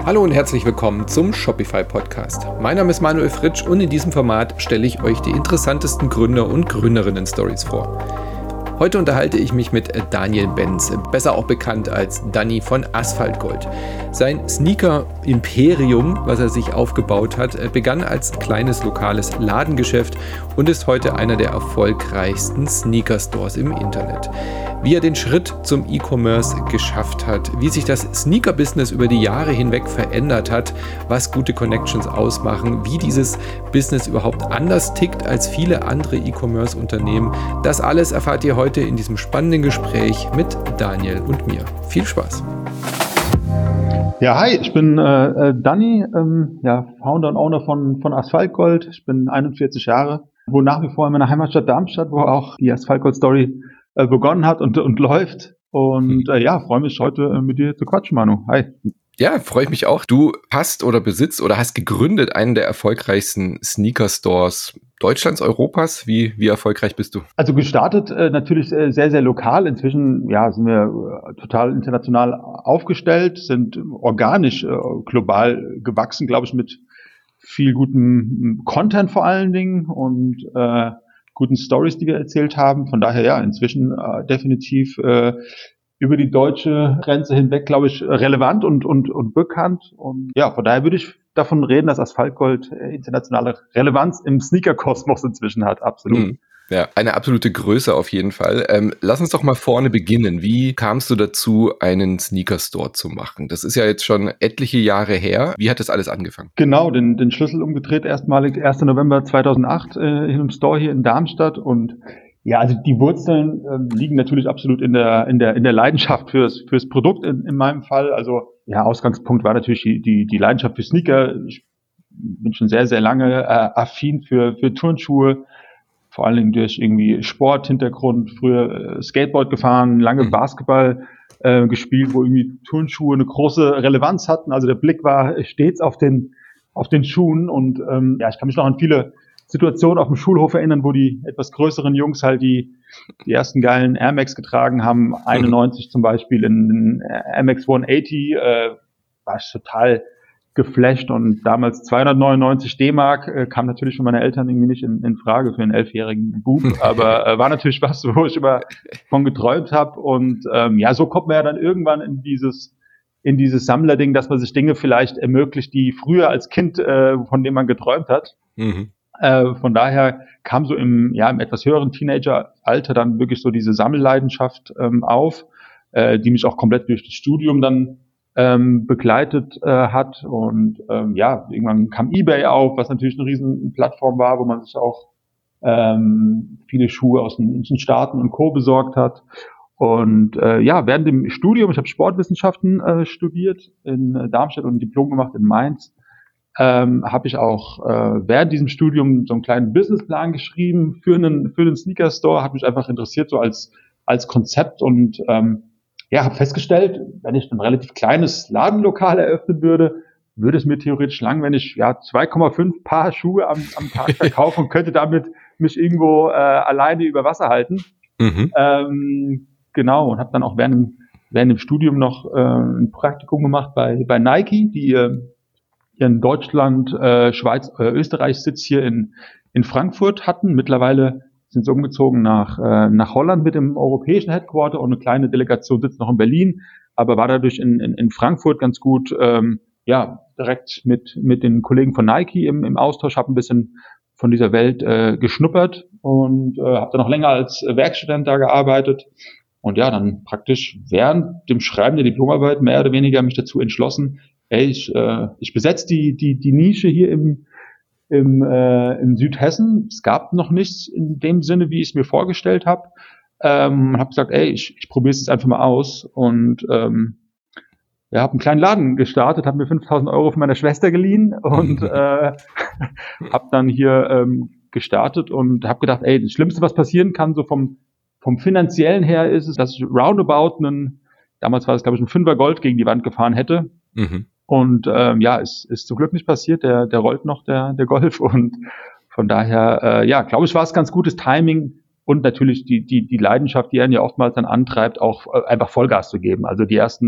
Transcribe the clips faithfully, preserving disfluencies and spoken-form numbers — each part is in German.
Hallo und herzlich willkommen zum Shopify Podcast. Mein Name ist Manuel Fritsch und in diesem Format stelle ich euch die interessantesten Gründer und Gründerinnen-Stories vor. Heute unterhalte ich mich mit Daniel Benz, besser auch bekannt als Danny von Asphaltgold. Sein Sneaker-Imperium, was er sich aufgebaut hat, begann als kleines lokales Ladengeschäft und ist heute einer der erfolgreichsten Sneaker-Stores im Internet. Wie er den Schritt zum E-Commerce geschafft hat, wie sich das Sneaker-Business über die Jahre hinweg verändert hat, was gute Connections ausmachen, wie dieses Business überhaupt anders tickt als viele andere E-Commerce-Unternehmen, das alles erfahrt ihr heute in diesem spannenden Gespräch mit Daniel und mir. Viel Spaß! Ja, hi, ich bin äh, Danny, ähm, ja, Founder und Owner von, von Asphaltgold. Ich bin einundvierzig Jahre, wohne nach wie vor in meiner Heimatstadt Darmstadt, wo auch die Asphaltgold-Story äh, begonnen hat und, und läuft. Und äh, ja, freue mich heute äh, mit dir zu quatschen, Manu. Hi. Ja, freue ich mich auch. Du hast oder besitzt oder hast gegründet einen der erfolgreichsten Sneaker-Stores Deutschlands, Europas. Wie, wie erfolgreich bist du? Also gestartet äh, natürlich äh, sehr, sehr lokal. Inzwischen ja, sind wir äh, total international aufgestellt, sind organisch äh, global gewachsen, glaube ich, mit viel gutem Content vor allen Dingen und äh, guten Stories, die wir erzählt haben. Von daher ja, inzwischen äh, definitiv äh, über die deutsche Grenze hinweg, glaube ich, relevant und, und, und bekannt. Und ja, von daher würde ich davon reden, dass Asphaltgold internationale Relevanz im Sneaker-Kosmos inzwischen hat. Absolut. Mhm. Ja, eine absolute Größe auf jeden Fall. Ähm, lass uns doch mal vorne beginnen. Wie kamst du dazu, einen Sneaker-Store zu machen? Das ist ja jetzt schon etliche Jahre her. Wie hat das alles angefangen? Genau, den, den Schlüssel umgedreht erstmalig ersten November zweitausendacht äh, in einem Store hier in Darmstadt. Und ja, also die Wurzeln äh, liegen natürlich absolut in der in der in der Leidenschaft fürs fürs Produkt in, in meinem Fall. Also ja, Ausgangspunkt war natürlich die die, die Leidenschaft für Sneaker. Ich bin schon sehr sehr lange äh, affin für für Turnschuhe, vor allen Dingen durch irgendwie Sporthintergrund. Früher äh, Skateboard gefahren, lange mhm. Basketball äh, gespielt, wo irgendwie Turnschuhe eine große Relevanz hatten. Also der Blick war stets auf den auf den Schuhen und ähm, ja, ich kann mich noch an viele Situation auf dem Schulhof erinnern, wo die etwas größeren Jungs halt die die ersten geilen Air Max getragen haben, einundneunzig zum Beispiel in den Air Max hundertachtzig, äh, war ich total geflasht und damals zweihundertneunundneunzig D-Mark äh, kam natürlich für meine Eltern irgendwie nicht in, in Frage für einen elfjährigen Bub, aber äh, war natürlich was, wo ich immer von geträumt habe und ähm, ja, so kommt man ja dann irgendwann in dieses in dieses Sammlerding, dass man sich Dinge vielleicht ermöglicht, die früher als Kind, äh, von denen man geträumt hat. Mhm. Äh, von daher kam so im, ja, im etwas höheren Teenageralter dann wirklich so diese Sammelleidenschaft ähm, auf, äh, die mich auch komplett durch das Studium dann ähm, begleitet äh, hat. Und ähm, ja, irgendwann kam eBay auf, was natürlich eine riesen Plattform war, wo man sich auch ähm, viele Schuhe aus den, aus den Staaten und Co. besorgt hat. Und äh, ja, während dem Studium, ich habe Sportwissenschaften äh, studiert in Darmstadt und ein Diplom gemacht in Mainz, Ähm, habe ich auch äh, während diesem Studium so einen kleinen Businessplan geschrieben für einen für einen Sneaker-Store, hat mich einfach interessiert so als als Konzept und ähm, ja, habe festgestellt, wenn ich ein relativ kleines Ladenlokal eröffnen würde, würde es mir theoretisch lang, wenn ich ja zwei Komma fünf Paar Schuhe am, am Tag verkaufe und könnte damit mich irgendwo äh, alleine über Wasser halten. Mhm. Ähm, genau, und habe dann auch während dem, während dem Studium noch äh, ein Praktikum gemacht bei bei Nike, die äh, in Deutschland, äh, Schweiz, äh, Österreich Sitz hier in in Frankfurt hatten. Mittlerweile sind sie umgezogen nach äh, nach Holland mit dem europäischen Headquarter und eine kleine Delegation sitzt noch in Berlin, aber war dadurch in in, in Frankfurt ganz gut ähm, ja direkt mit mit den Kollegen von Nike im im Austausch, habe ein bisschen von dieser Welt äh, geschnuppert und äh, habe dann noch länger als Werkstudent da gearbeitet und ja, dann praktisch während dem Schreiben der Diplomarbeit mehr oder weniger mich dazu entschlossen, Ey, ich, äh, ich besetze die, die, die Nische hier im, im, äh, im Südhessen. Es gab noch nichts in dem Sinne, wie ich es mir vorgestellt habe. Ähm, habe gesagt, ey, ich, ich probiere es jetzt einfach mal aus und ähm, ja, habe einen kleinen Laden gestartet, habe mir fünftausend Euro von meiner Schwester geliehen und äh, habe dann hier ähm, gestartet und habe gedacht, ey, das Schlimmste, was passieren kann, so vom vom finanziellen her, ist es, dass ich roundabout einen, damals war es glaube ich ein Fünfer Gold gegen die Wand gefahren hätte. Mhm. Und ähm, ja, ist, ist zum Glück nicht passiert. Der, der rollt noch, der, der Golf. Und von daher, äh, ja, glaube ich, war es ganz gutes Timing und natürlich die, die, die Leidenschaft, die einen ja oftmals dann antreibt, auch äh, einfach Vollgas zu geben. Also die ersten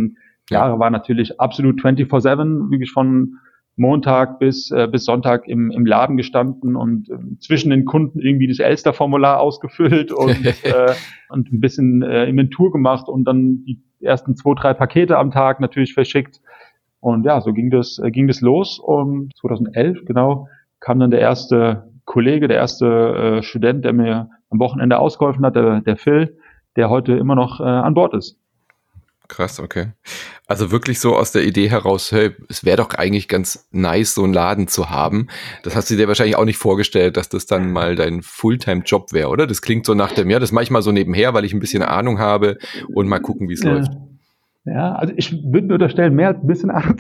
Jahre war natürlich absolut vierundzwanzig sieben, wirklich von Montag bis äh, bis Sonntag im im Laden gestanden und äh, zwischen den Kunden irgendwie das Elster-Formular ausgefüllt und äh, und ein bisschen äh, Inventur gemacht und dann die ersten zwei, drei Pakete am Tag natürlich verschickt. Und ja, so ging das äh, ging das los und zwanzig elf, genau, kam dann der erste Kollege, der erste äh, Student, der mir am Wochenende ausgeholfen hat, der, der Phil, der heute immer noch äh, an Bord ist. Krass, okay. Also wirklich so aus der Idee heraus, hey, es wäre doch eigentlich ganz nice, so einen Laden zu haben. Das hast du dir wahrscheinlich auch nicht vorgestellt, dass das dann mal dein Fulltime-Job wäre, oder? Das klingt so nach dem, ja, das mache ich mal so nebenher, weil ich ein bisschen Ahnung habe und mal gucken, wie es ja. läuft. Ja, also ich würde mir unterstellen, mehr als ein bisschen Ahnung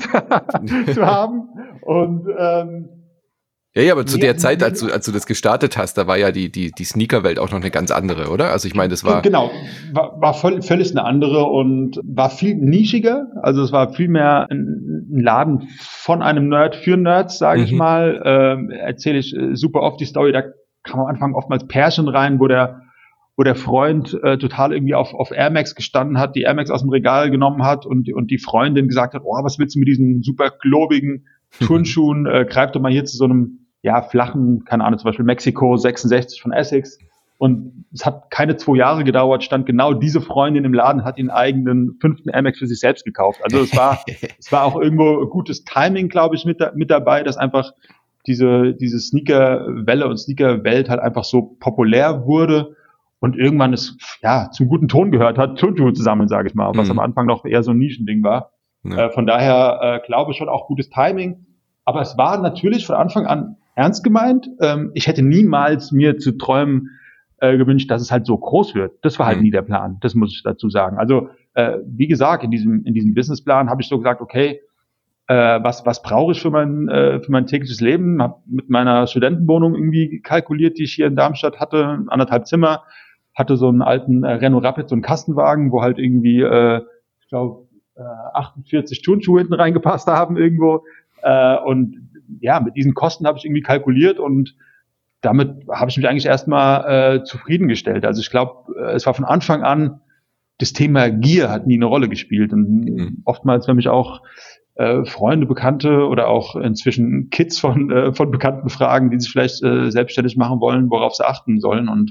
zu haben. Und ähm, Ja, ja, aber zu der Zeit, als du, als du das gestartet hast, da war ja die, die, die Sneaker-Welt auch noch eine ganz andere, oder? Also ich meine, das war... Genau, war, war voll, völlig eine andere und war viel nischiger. Also es war viel mehr ein, ein Laden von einem Nerd für Nerds, sage ich Mhm. mal. Ähm, erzähle ich äh, super oft die Story, da kam am Anfang oftmals Pärchen rein, wo der wo der Freund äh, total irgendwie auf, auf Air Max gestanden hat, die Air Max aus dem Regal genommen hat und, und die Freundin gesagt hat, oh, was willst du mit diesen super globigen Turnschuhen? Äh, greif doch mal hier zu so einem ja, flachen, keine Ahnung, zum Beispiel Mexiko sechsundsechzig von Essex. Und es hat keine zwei Jahre gedauert, stand genau diese Freundin im Laden, hat ihren eigenen fünften Air Max für sich selbst gekauft. Also es war, es war auch irgendwo gutes Timing, glaube ich, mit, da, mit dabei, dass einfach diese, diese Sneaker-Welle und Sneaker-Welt halt einfach so populär wurde und irgendwann es, ja, zum guten Ton gehört hat, Turnschuhe zusammen, sage ich mal, was mhm. am Anfang noch eher so ein Nischending war. Ja. Äh, von daher äh, glaube ich schon auch gutes Timing. Aber es war natürlich von Anfang an ernst gemeint. Ähm, ich hätte niemals mir zu träumen äh, gewünscht, dass es halt so groß wird. Das war halt mhm. nie der Plan. Das muss ich dazu sagen. Also äh, wie gesagt, in diesem in diesem Businessplan habe ich so gesagt, okay, äh, was was brauche ich für mein äh, für mein tägliches Leben? Habe mit meiner Studentenwohnung irgendwie kalkuliert, die ich hier in Darmstadt hatte, anderthalb Zimmer, hatte so einen alten äh, Renault Rapid, so einen Kastenwagen, wo halt irgendwie, äh, ich glaube, äh, achtundvierzig Turnschuhe hinten reingepasst haben irgendwo. Äh, und ja, mit diesen Kosten habe ich irgendwie kalkuliert und damit habe ich mich eigentlich erstmal äh, zufriedengestellt. Also ich glaube, äh, es war von Anfang an, das Thema Gier hat nie eine Rolle gespielt. Und mhm. oftmals, wenn mich auch äh, Freunde, Bekannte oder auch inzwischen Kids von, äh, von Bekannten fragen, die sich vielleicht äh, selbstständig machen wollen, worauf sie achten sollen. Und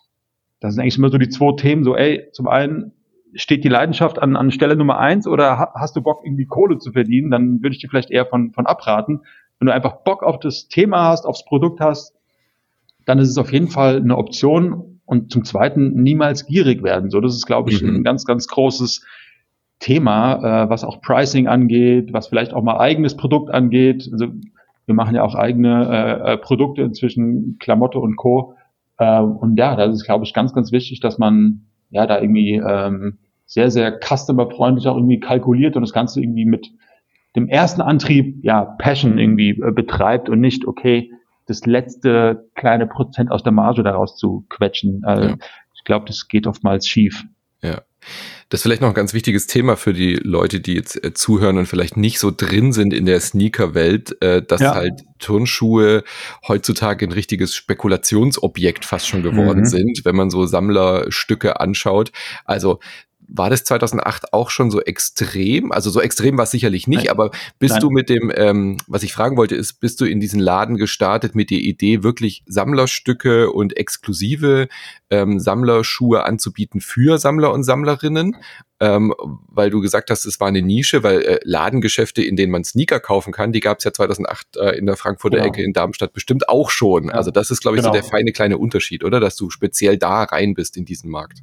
das sind eigentlich immer so die zwei Themen, so ey, zum einen, steht die Leidenschaft an, an Stelle Nummer eins oder ha, hast du Bock, irgendwie Kohle zu verdienen, dann würde ich dir vielleicht eher von, von abraten. Wenn du einfach Bock auf das Thema hast, aufs Produkt hast, dann ist es auf jeden Fall eine Option. Und zum Zweiten, niemals gierig werden. So, das ist, glaube ich, mhm. ein ganz, ganz großes Thema, äh, was auch Pricing angeht, was vielleicht auch mal eigenes Produkt angeht. Also wir machen ja auch eigene äh, Produkte inzwischen, Klamotte und Co. Äh, und ja, das ist, glaube ich, ganz, ganz wichtig, dass man ja da irgendwie ähm, sehr, sehr customerfreundlich auch irgendwie kalkuliert und das Ganze irgendwie mit dem ersten Antrieb, ja, Passion irgendwie äh, betreibt und nicht, okay, das letzte kleine Prozent aus der Marge daraus zu quetschen. Also ja. Ich glaube, das geht oftmals schief. Ja. Das ist vielleicht noch ein ganz wichtiges Thema für die Leute, die jetzt äh, zuhören und vielleicht nicht so drin sind in der Sneaker-Welt, äh, dass ja. halt Turnschuhe heutzutage ein richtiges Spekulationsobjekt fast schon geworden mhm. sind, wenn man so Sammlerstücke anschaut. Also war das zweitausendacht auch schon so extrem? Also so extrem war es sicherlich nicht, Nein. aber bist Nein. du mit dem, ähm, was ich fragen wollte, ist, bist du in diesen Laden gestartet mit der Idee, wirklich Sammlerstücke und exklusive ähm, Sammlerschuhe anzubieten für Sammler und Sammlerinnen? Ähm, weil du gesagt hast, es war eine Nische, weil äh, Ladengeschäfte, in denen man Sneaker kaufen kann, die gab es ja zweitausendacht äh, in der Frankfurter genau. Ecke in Darmstadt bestimmt auch schon. Ja. Also das ist, glaube ich, genau. so der feine kleine Unterschied, oder? Dass du speziell da rein bist in diesen Markt.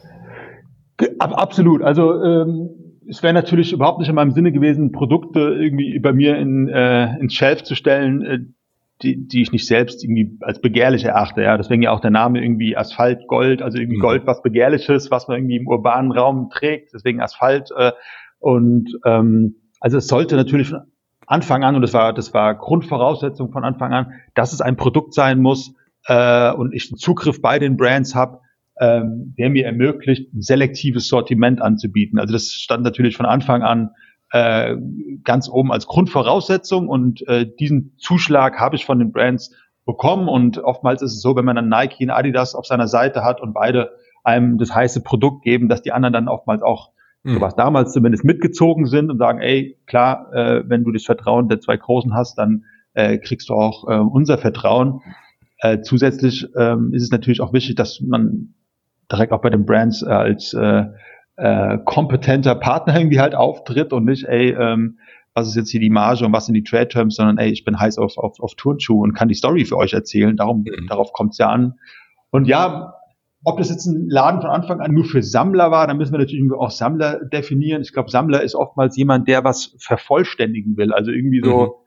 Absolut. Also ähm, es wäre natürlich überhaupt nicht in meinem Sinne gewesen, Produkte irgendwie bei mir in, äh, ins Shelf zu stellen, äh, die, die ich nicht selbst irgendwie als begehrlich erachte. Ja, deswegen ja auch der Name irgendwie Asphalt Gold, also irgendwie mhm. Gold, was Begehrliches, was man irgendwie im urbanen Raum trägt. Deswegen Asphalt. Äh, und ähm, also es sollte natürlich von Anfang an, und das war das war Grundvoraussetzung von Anfang an, dass es ein Produkt sein muss äh, und ich einen Zugriff bei den Brands habe, Ähm, der mir ermöglicht, ein selektives Sortiment anzubieten. Also das stand natürlich von Anfang an äh, ganz oben als Grundvoraussetzung und äh, diesen Zuschlag habe ich von den Brands bekommen und oftmals ist es so, wenn man dann Nike und Adidas auf seiner Seite hat und beide einem das heiße Produkt geben, dass die anderen dann oftmals auch mhm. so was damals zumindest, mitgezogen sind und sagen, ey, klar, äh, wenn du das Vertrauen der zwei Großen hast, dann äh, kriegst du auch äh, unser Vertrauen. Äh, zusätzlich ähm, ist es natürlich auch wichtig, dass man direkt auch bei den Brands äh, als äh, äh, kompetenter Partner irgendwie halt auftritt und nicht, ey, ähm, was ist jetzt hier die Marge und was sind die Trade Terms, sondern ey, ich bin heiß auf, auf, auf Turnschuhe und kann die Story für euch erzählen. Darum, mhm. darauf kommt es ja an. Und ja, ob das jetzt ein Laden von Anfang an nur für Sammler war, dann müssen wir natürlich auch Sammler definieren. Ich glaube, Sammler ist oftmals jemand, der was vervollständigen will. Also irgendwie so mhm.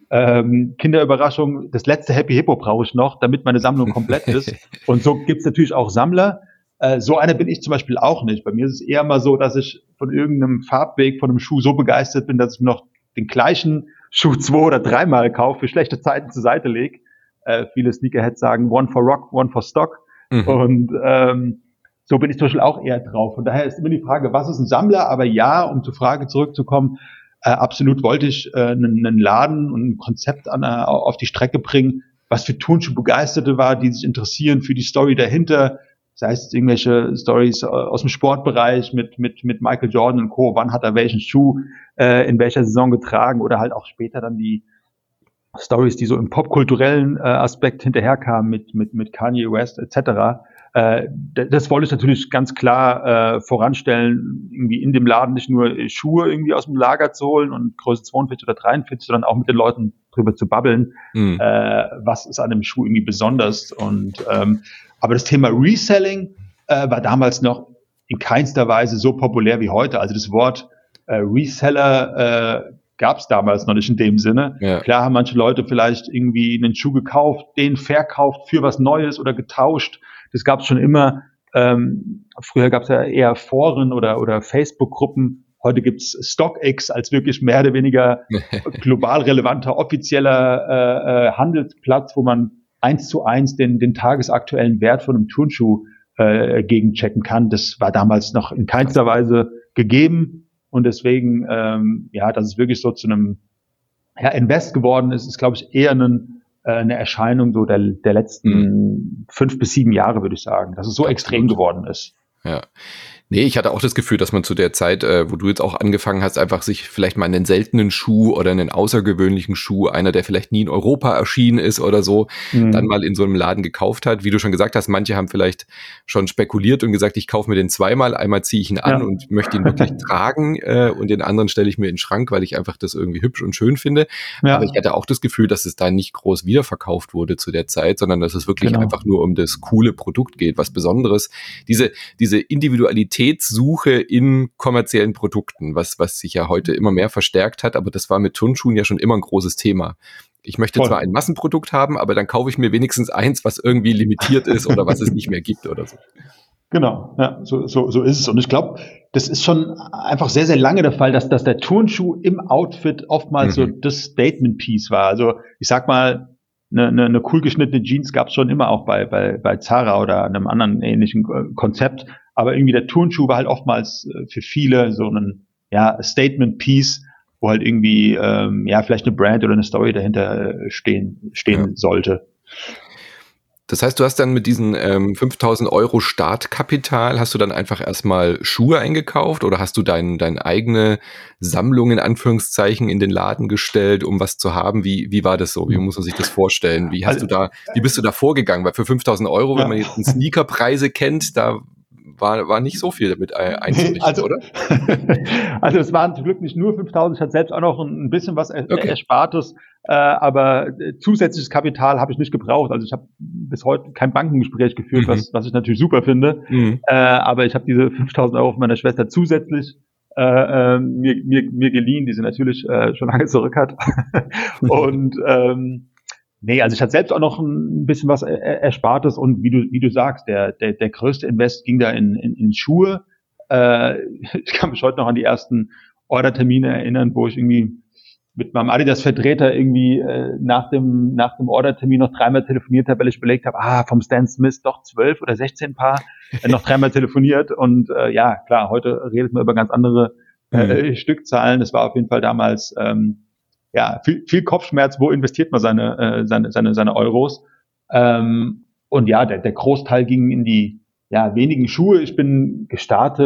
ähm, Kinderüberraschung, das letzte Happy Hippo brauche ich noch, damit meine Sammlung komplett ist. Und so gibt's natürlich auch Sammler. Äh, so einer bin ich zum Beispiel auch nicht. Bei mir ist es eher mal so, dass ich von irgendeinem Farbweg von einem Schuh so begeistert bin, dass ich mir noch den gleichen Schuh zwei oder dreimal kaufe, für schlechte Zeiten zur Seite lege. Äh, viele Sneakerheads sagen One for Rock, One for Stock. Mhm. Und ähm, so bin ich zum Beispiel auch eher drauf. Von daher ist immer die Frage, was ist ein Sammler? Aber ja, um zur Frage zurückzukommen, äh, absolut wollte ich äh, einen, einen Laden und ein Konzept an, äh, auf die Strecke bringen, was für Turnschuh-Begeisterte war, die sich interessieren für die Story dahinter. Das heißt, irgendwelche Stories aus dem Sportbereich mit mit mit Michael Jordan und Co. Wann hat er welchen Schuh äh, in welcher Saison getragen oder halt auch später dann die Stories, die so im popkulturellen äh, Aspekt hinterherkamen mit mit mit Kanye West et cetera. Äh, das wollte ich natürlich ganz klar äh, voranstellen, irgendwie in dem Laden nicht nur Schuhe irgendwie aus dem Lager zu holen und Größe zweiundvierzig oder dreiundvierzig, sondern auch mit den Leuten drüber zu babbeln, mhm. äh, was ist an dem Schuh irgendwie besonders. Und ähm, aber das Thema Reselling äh, war damals noch in keinster Weise so populär wie heute. Also das Wort äh, Reseller äh, gab es damals noch nicht in dem Sinne. Ja. Klar haben manche Leute vielleicht irgendwie einen Schuh gekauft, den verkauft für was Neues oder getauscht. Das gab es schon immer. Ähm, früher gab es ja eher Foren oder oder Facebook-Gruppen. Heute gibt's StockX als wirklich mehr oder weniger global relevanter, offizieller äh, äh, Handelsplatz, wo man eins zu eins den, den tagesaktuellen Wert von einem Turnschuh äh, gegenchecken kann. Das war damals noch in keinster Weise gegeben. Und deswegen, ähm, ja, dass es wirklich so zu einem ja, Invest geworden ist, ist, glaube ich, eher ein, äh, eine Erscheinung so der, der letzten mhm. fünf bis sieben Jahre, würde ich sagen, dass es so Absolut. extrem geworden ist. Ja. Nee, ich hatte auch das Gefühl, dass man zu der Zeit, äh, wo du jetzt auch angefangen hast, einfach sich vielleicht mal einen seltenen Schuh oder einen außergewöhnlichen Schuh, einer, der vielleicht nie in Europa erschienen ist oder so, mhm. dann mal in so einem Laden gekauft hat. Wie du schon gesagt hast, manche haben vielleicht schon spekuliert und gesagt, ich kaufe mir den zweimal, einmal ziehe ich ihn an ja. und möchte ihn wirklich tragen äh, und den anderen stelle ich mir in den Schrank, weil ich einfach das irgendwie hübsch und schön finde. Ja. Aber ich hatte auch das Gefühl, dass es da nicht groß wiederverkauft wurde zu der Zeit, sondern dass es wirklich genau. einfach nur um das coole Produkt geht, was Besonderes. Diese, diese Individualität Suche in kommerziellen Produkten, was, was sich ja heute immer mehr verstärkt hat, aber das war mit Turnschuhen ja schon immer ein großes Thema. Ich möchte Voll. zwar ein Massenprodukt haben, aber dann kaufe ich mir wenigstens eins, was irgendwie limitiert ist oder was es nicht mehr gibt oder so. Genau, ja, so, so, so ist es. Und ich glaube, das ist schon einfach sehr, sehr lange der Fall, dass, dass der Turnschuh im Outfit oftmals mhm. so das Statement-Piece war. Also ich sag mal, eine, eine, eine cool geschnittene Jeans gab es schon immer auch bei, bei, bei Zara oder einem anderen ähnlichen Konzept. Aber irgendwie der Turnschuh war halt oftmals äh, für viele so ein ja, Statement-Piece, wo halt irgendwie ähm, ja vielleicht eine Brand oder eine Story dahinter äh, stehen stehen ja. sollte. Das heißt, du hast dann mit diesen ähm, fünftausend Euro Startkapital, hast du dann einfach erstmal Schuhe eingekauft oder hast du dein, deine eigene Sammlung in Anführungszeichen in den Laden gestellt, um was zu haben? Wie, wie war das so? Wie muss man sich das vorstellen? Wie hast also, du da, wie bist du da vorgegangen? Weil für fünftausend Euro, ja. wenn man jetzt Sneakerpreise kennt, da war, war nicht so viel damit einzurichten, also, oder? Also es waren zum Glück nicht nur fünftausend, ich hatte selbst auch noch ein bisschen was er, okay. Erspartes, äh, aber zusätzliches Kapital habe ich nicht gebraucht. Also ich habe bis heute kein Bankengespräch geführt, mhm. was, was ich natürlich super finde, mhm. äh, aber ich habe diese fünftausend Euro von meiner Schwester zusätzlich äh, äh, mir, mir, mir geliehen, die sie natürlich äh, schon lange zurück hat. Und ähm, Nee, also ich hatte selbst auch noch ein bisschen was Erspartes und wie du wie du sagst, der der der größte Invest ging da in in, in Schuhe. Äh, ich kann mich heute noch an die ersten Ordertermine erinnern, wo ich irgendwie mit meinem Adidas-Vertreter irgendwie äh, nach dem nach dem Ordertermin noch dreimal telefoniert habe, weil ich überlegt habe, ah, vom Stan Smith doch zwölf oder sechzehn Paar, äh, noch dreimal telefoniert und äh, ja, klar, heute redet man über ganz andere äh, mhm. Stückzahlen. Das war auf jeden Fall damals ähm, ja, viel, viel Kopfschmerz, wo investiert man seine, äh, seine, seine, seine Euros? Ähm, und ja, der, der Großteil ging in die, ja, wenigen Schuhe. Ich bin gestartet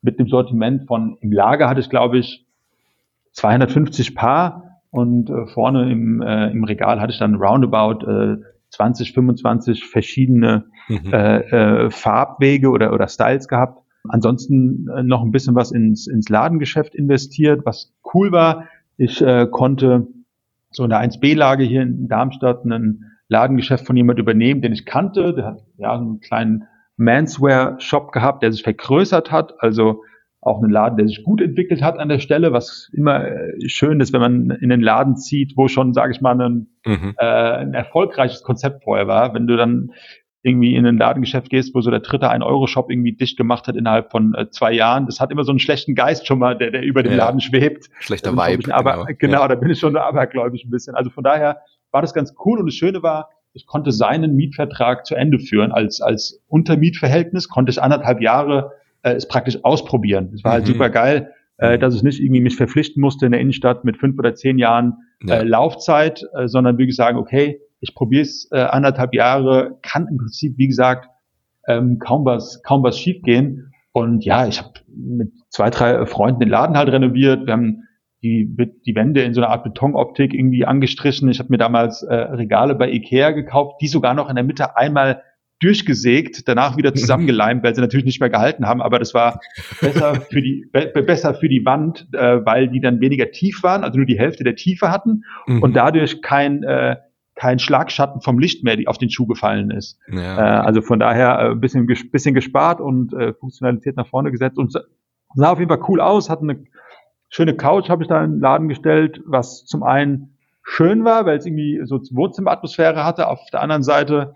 mit dem Sortiment von, im Lager hatte ich, glaube ich, zweihundertfünfzig Paar und äh, vorne im, äh, im Regal hatte ich dann roundabout äh, zwanzig, fünfundzwanzig verschiedene mhm. äh, äh, Farbwege oder, oder Styles gehabt. Ansonsten äh, noch ein bisschen was ins, ins Ladengeschäft investiert, was cool war. Ich äh, konnte so in der eins B-Lage hier in Darmstadt ein Ladengeschäft von jemand übernehmen, den ich kannte. Der hat ja so einen kleinen Manswear-Shop gehabt, der sich vergrößert hat, also auch einen Laden, der sich gut entwickelt hat an der Stelle, was immer äh, schön ist, wenn man in den Laden zieht, wo schon, sage ich mal, ein, mhm. äh, ein erfolgreiches Konzept vorher war. Wenn du dann irgendwie in ein Ladengeschäft gehst, wo so der dritte ein-Euro-Shop irgendwie dicht gemacht hat innerhalb von äh, zwei Jahren, das hat immer so einen schlechten Geist schon mal, der, der über dem ja. Laden schwebt. Schlechter Vibe. Bisschen, aber, genau, genau ja. da bin ich schon abergläubisch ein bisschen. Also von daher war das ganz cool und das Schöne war, ich konnte seinen Mietvertrag zu Ende führen. Als, als Untermietverhältnis konnte ich anderthalb Jahre äh, es praktisch ausprobieren. Das war halt mhm. super geil, äh, dass ich nicht irgendwie mich verpflichten musste in der Innenstadt mit fünf oder zehn Jahren äh, ja. Laufzeit, äh, sondern wie gesagt, okay, ich probiere es äh, anderthalb Jahre, kann im Prinzip, wie gesagt, ähm, kaum was, kaum was schiefgehen. Und ja, ich habe mit zwei, drei Freunden den Laden halt renoviert. Wir haben die, die Wände in so einer Art Betonoptik irgendwie angestrichen. Ich habe mir damals äh, Regale bei Ikea gekauft, die sogar noch in der Mitte einmal durchgesägt, danach wieder zusammengeleimt, weil sie natürlich nicht mehr gehalten haben. Aber das war besser für die be- besser für die Wand, äh, weil die dann weniger tief waren, also nur die Hälfte der Tiefe hatten mhm. und dadurch kein äh, kein Schlagschatten vom Licht mehr, die auf den Schuh gefallen ist. Ja, okay. äh, also von daher ein äh, bisschen, bisschen gespart und äh, Funktionalität nach vorne gesetzt und sah auf jeden Fall cool aus, hatte eine schöne Couch, habe ich da in den Laden gestellt, was zum einen schön war, weil es irgendwie so Wohnzimmeratmosphäre hatte, auf der anderen Seite,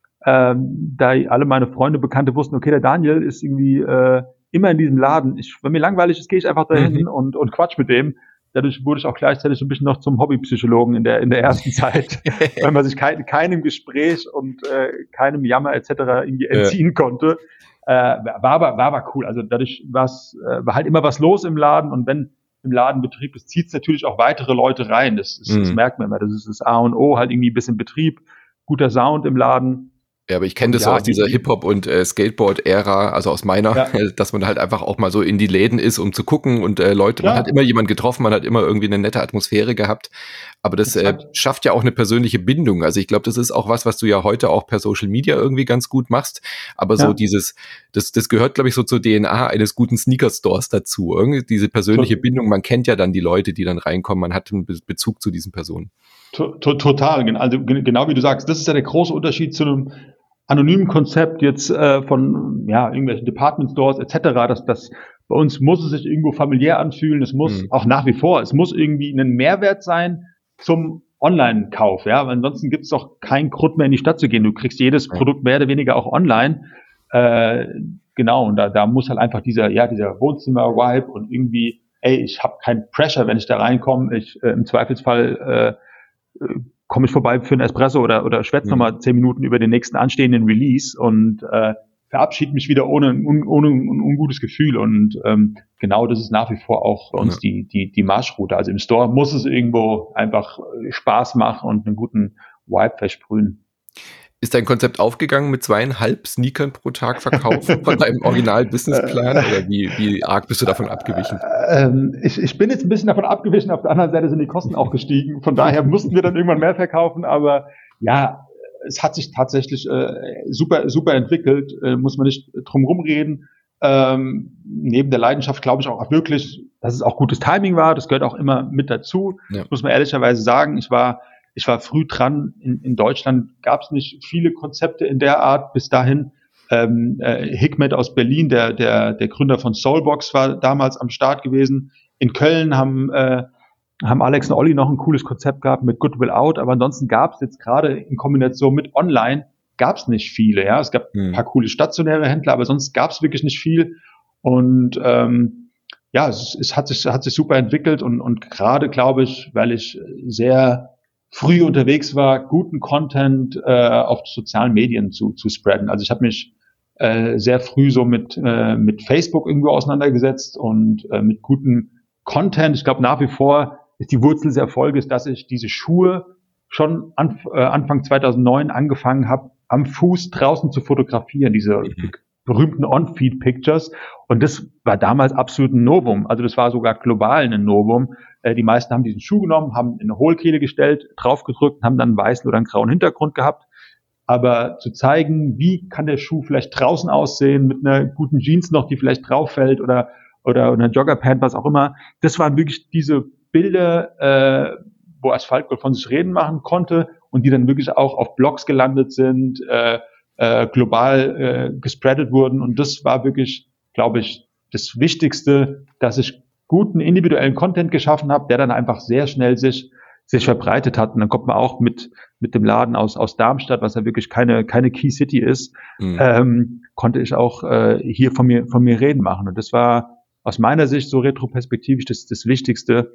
ähm, da alle meine Freunde, Bekannte wussten, okay, der Daniel ist irgendwie äh, immer in diesem Laden. Ich, wenn mir langweilig ist, gehe ich einfach dahin mhm. und, und quatsch mit dem. Dadurch wurde ich auch gleichzeitig so ein bisschen noch zum Hobbypsychologen in der in der ersten Zeit, weil man sich kein, keinem Gespräch und äh, keinem Jammer et cetera irgendwie entziehen ja. konnte. Äh, war aber war aber cool. Also dadurch war's, äh, war halt immer was los im Laden und wenn im Ladenbetrieb ist, zieht es natürlich auch weitere Leute rein. Das, das, mhm. das merkt man immer. Das ist das A und O, halt irgendwie ein bisschen Betrieb, guter Sound im Laden. Ja, aber ich kenne das ja, so aus dieser Hip-Hop- und äh, Skateboard-Ära, also aus meiner, ja. dass man halt einfach auch mal so in die Läden ist, um zu gucken und äh, Leute, ja. man hat immer jemanden getroffen, man hat immer irgendwie eine nette Atmosphäre gehabt, aber das äh, schafft ja auch eine persönliche Bindung. Also ich glaube, das ist auch was, was du ja heute auch per Social Media irgendwie ganz gut machst, aber so ja. dieses, das das gehört, glaube ich, so zur D N A eines guten Sneaker-Stores dazu. Irgendwie diese persönliche Bindung, man kennt ja dann die Leute, die dann reinkommen, man hat einen Be- Bezug zu diesen Personen. Total, also genau wie du sagst, das ist ja der große Unterschied zu einem anonymen Konzept jetzt äh, von ja irgendwelchen Department Stores et cetera. Dass das bei uns muss es sich irgendwo familiär anfühlen. Es muss mhm. auch nach wie vor, es muss irgendwie ein Mehrwert sein zum Online-Kauf. Ja, weil ansonsten gibt es doch keinen Grund mehr in die Stadt zu gehen. Du kriegst jedes mhm. Produkt mehr oder weniger auch online. Äh, genau, und da, da muss halt einfach dieser ja dieser Wohnzimmer-Vibe und irgendwie, ey, ich habe keinen Pressure, wenn ich da reinkomme. Ich äh, im Zweifelsfall äh, komme ich vorbei für einen Espresso oder oder schwätze mhm. nochmal zehn Minuten über den nächsten anstehenden Release und äh, verabschiede mich wieder ohne, ohne ein ungutes Gefühl. Und ähm, genau das ist nach wie vor auch bei uns ja. die die die Marschroute. Also im Store muss es irgendwo einfach Spaß machen und einen guten Vibe versprühen. Ist dein Konzept aufgegangen mit zweieinhalb Sneakern pro Tag verkaufen von deinem Original-Businessplan oder wie, wie arg bist du davon abgewichen? Ähm, ich, ich bin jetzt ein bisschen davon abgewichen, auf der anderen Seite sind die Kosten auch gestiegen, von daher mussten wir dann irgendwann mehr verkaufen, aber ja, es hat sich tatsächlich äh, super super entwickelt, äh, muss man nicht drum rumreden. Ähm, neben der Leidenschaft glaube ich auch wirklich, dass es auch gutes Timing war, das gehört auch immer mit dazu, ja. muss man ehrlicherweise sagen. Ich war Ich war früh dran. In, in Deutschland gab es nicht viele Konzepte in der Art. Bis dahin, ähm, äh, Hikmet aus Berlin, der, der, der Gründer von Soulbox, war damals am Start gewesen. In Köln haben, äh, haben Alex und Olli noch ein cooles Konzept gehabt mit Goodwill Out. Aber ansonsten gab es jetzt gerade in Kombination mit Online, gab es nicht viele. Ja, es gab hm. ein paar coole stationäre Händler, aber sonst gab es wirklich nicht viel. Und ähm, ja, es, es hat sich, hat sich super entwickelt und, und gerade glaube ich, weil ich sehr früh unterwegs war, guten Content äh, auf sozialen Medien zu, zu spreaden. Also ich habe mich äh, sehr früh so mit, äh, mit Facebook irgendwo auseinandergesetzt und äh, mit gutem Content. Ich glaube, nach wie vor ist die Wurzel des Erfolges, dass ich diese Schuhe schon an, äh, Anfang zweitausendneun angefangen habe, am Fuß draußen zu fotografieren. Diese mhm. berühmten On-Feed-Pictures. Und das war damals absolut ein Novum. Also das war sogar global ein Novum. Äh, die meisten haben diesen Schuh genommen, haben in eine Hohlkehle gestellt, draufgedrückt, haben dann einen weißen oder einen grauen Hintergrund gehabt. Aber zu zeigen, wie kann der Schuh vielleicht draußen aussehen, mit einer guten Jeans noch, die vielleicht drauf fällt oder, oder einer Joggerpant, was auch immer. Das waren wirklich diese Bilder, äh, wo Asphaltgold von sich reden machen konnte und die dann wirklich auch auf Blogs gelandet sind, äh, äh, global äh, gespreadet wurden. Und das war wirklich, glaube ich, das Wichtigste, dass ich guten individuellen Content geschaffen habe, der dann einfach sehr schnell sich sich verbreitet hat. Und dann kommt man auch mit mit dem Laden aus aus Darmstadt, was ja wirklich keine keine Key City ist, mhm. ähm, konnte ich auch äh, hier von mir von mir reden machen. Und das war aus meiner Sicht so retroperspektivisch das das Wichtigste,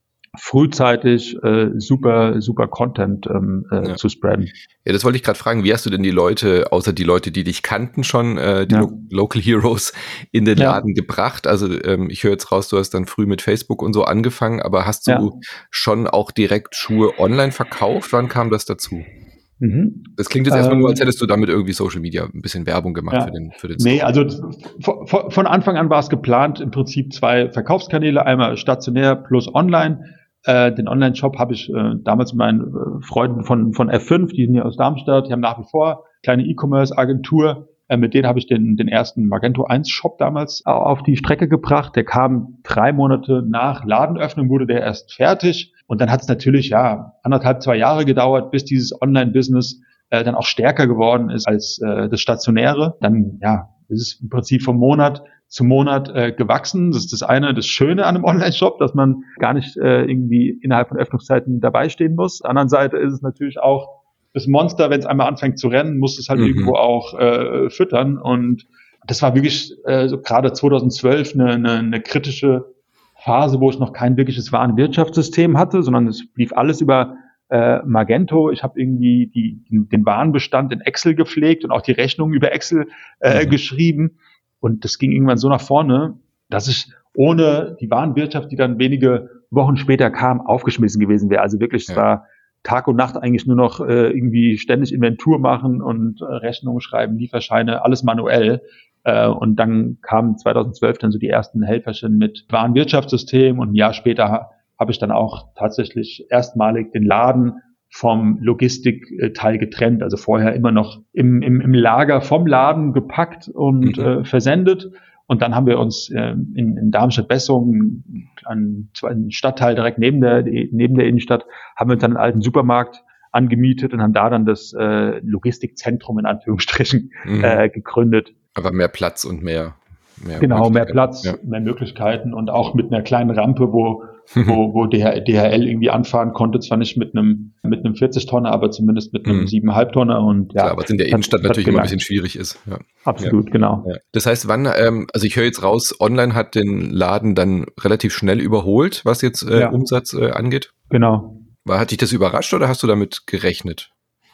frühzeitig äh, super super Content ähm, äh, ja. zu spreaden. Ja, das wollte ich gerade fragen. Wie hast du denn die Leute, außer die Leute, die dich kannten schon, äh, die ja. Lo- Local Heroes in den ja. Laden gebracht? Also ähm, ich höre jetzt raus, du hast dann früh mit Facebook und so angefangen, aber hast du ja. schon auch direkt Schuhe online verkauft? Wann kam das dazu? Mhm. Das klingt jetzt erstmal ähm, nur, als hättest du damit irgendwie Social Media ein bisschen Werbung gemacht ja. für den für den Nee, Store. Also von, von Anfang an war es geplant, im Prinzip zwei Verkaufskanäle, einmal stationär plus online. Äh, den Online-Shop habe ich äh, damals mit meinen äh, Freunden von von F fünf, die sind hier aus Darmstadt, die haben nach wie vor kleine E-Commerce-Agentur. Äh, mit denen habe ich den den ersten Magento eins Shop damals auf die Strecke gebracht. Der kam drei Monate nach Ladenöffnung, wurde der erst fertig. Und dann hat es natürlich ja anderthalb, zwei Jahre gedauert, bis dieses Online-Business äh, dann auch stärker geworden ist als äh, das Stationäre. Dann ja, ist es im Prinzip vom Monat zu Monat äh, gewachsen. Das ist das eine, das Schöne an einem Online-Shop, dass man gar nicht äh, irgendwie innerhalb von Öffnungszeiten dabei stehen muss. Anderen Seite ist es natürlich auch das Monster, wenn es einmal anfängt zu rennen, muss es halt mhm. irgendwo auch äh, füttern. Und das war wirklich äh, so gerade zweitausendzwölf eine, eine, eine kritische Phase, wo ich noch kein wirkliches Warenwirtschaftssystem hatte, sondern es lief alles über äh, Magento. Ich habe irgendwie die, den Warenbestand in Excel gepflegt und auch die Rechnungen über Excel äh, mhm. geschrieben. Und das ging irgendwann so nach vorne, dass ich ohne die Warenwirtschaft, die dann wenige Wochen später kam, aufgeschmissen gewesen wäre. Also wirklich, es ja. war Tag und Nacht eigentlich nur noch äh, irgendwie ständig Inventur machen und äh, Rechnungen schreiben, Lieferscheine, alles manuell. Äh, und dann kamen zweitausendzwölf dann so die ersten Helferchen mit Warenwirtschaftssystem und ein Jahr später ha, habe ich dann auch tatsächlich erstmalig den Laden vom Logistikteil getrennt, also vorher immer noch im, im, im Lager vom Laden gepackt und mhm. äh, versendet. Und dann haben wir uns äh, in, in Darmstadt-Bessungen, einen, einen Stadtteil direkt neben der, neben der Innenstadt, haben wir uns dann einen alten Supermarkt angemietet und haben da dann das äh, Logistikzentrum in Anführungsstrichen mhm. äh, gegründet. Aber mehr Platz und mehr Mehr genau, mehr Platz, ja. mehr Möglichkeiten und auch mit einer kleinen Rampe, wo, wo, wo D H L irgendwie anfahren konnte. Zwar nicht mit einem, mit einem vierzig Tonner, aber zumindest mit einem mhm. sieben Komma fünf Tonner und ja. Klar, was in der Innenstadt natürlich immer ein bisschen schwierig ist. Ja. Absolut, ja. genau. Ja. Das heißt, wann, ähm, also ich höre jetzt raus, online hat den Laden dann relativ schnell überholt, was jetzt äh, ja. Umsatz äh, angeht. Genau. War, hat dich das überrascht oder hast du damit gerechnet?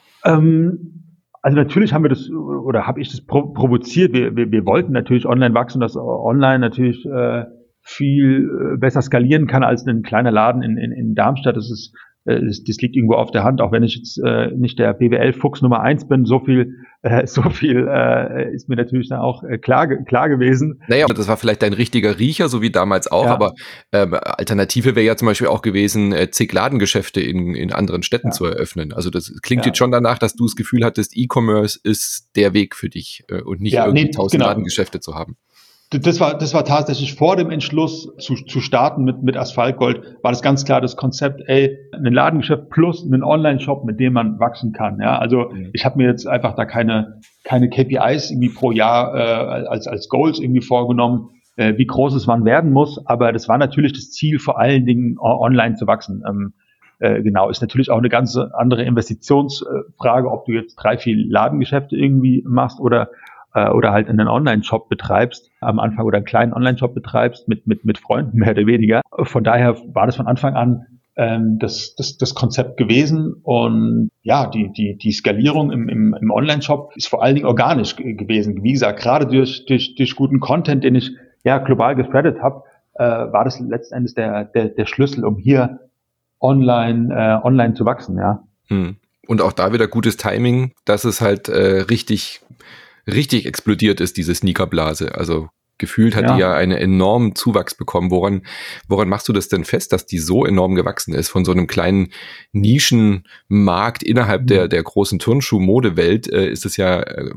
Ähm, Also natürlich haben wir das, oder habe ich das pro- provoziert. Wir, wir, wir wollten natürlich online wachsen, dass online natürlich äh, viel äh, besser skalieren kann als ein kleiner Laden in, in, in Darmstadt. Das ist, äh, das, das liegt irgendwo auf der Hand, auch wenn ich jetzt äh, nicht der B W L-Fuchs Nummer eins bin. So viel, äh, so viel äh, ist mir natürlich dann auch äh, klar, klar gewesen. Naja, das war vielleicht dein richtiger Riecher, so wie damals auch, ja. aber ähm, Alternative wäre ja zum Beispiel auch gewesen, äh, zig Ladengeschäfte in, in anderen Städten ja. zu eröffnen. Also das klingt ja. jetzt schon danach, dass du das Gefühl hattest, E-Commerce ist der Weg für dich äh, und nicht ja, irgendwie nee, tausend genau. Ladengeschäfte zu haben. Das war, das war tatsächlich vor dem Entschluss zu, zu starten mit, mit Asphaltgold, war das ganz klar das Konzept, ey, ein Ladengeschäft plus einen Online-Shop, mit dem man wachsen kann, ja. Also, mhm. ich habe mir jetzt einfach da keine, keine K P Is irgendwie pro Jahr, äh, als, als Goals irgendwie vorgenommen, äh, wie groß es wann werden muss. Aber das war natürlich das Ziel, vor allen Dingen online zu wachsen. Ähm, äh, genau. Ist natürlich auch eine ganz andere Investitionsfrage, ob du jetzt drei, vier Ladengeschäfte irgendwie machst oder, oder halt einen Online-Shop betreibst am Anfang oder einen kleinen Online-Shop betreibst mit mit mit Freunden mehr oder weniger. Von daher war das von Anfang an ähm, das, das das Konzept gewesen und ja, die die die Skalierung im im, im Online-Shop ist vor allen Dingen organisch g- gewesen. Wie gesagt, gerade durch durch durch guten Content, den ich ja global gespreadet habe, äh, war das letztendlich der der der Schlüssel, um hier online äh, online zu wachsen, ja. Hm. Und auch da wieder gutes Timing, dass es halt äh, richtig richtig explodiert ist, diese Sneakerblase. Also gefühlt hat Ja. die ja einen enormen Zuwachs bekommen. Woran, woran machst du das denn fest, dass die so enorm gewachsen ist? Von so einem kleinen Nischenmarkt innerhalb Mhm. der, der großen Turnschuh-Modewelt äh, ist es ja, äh,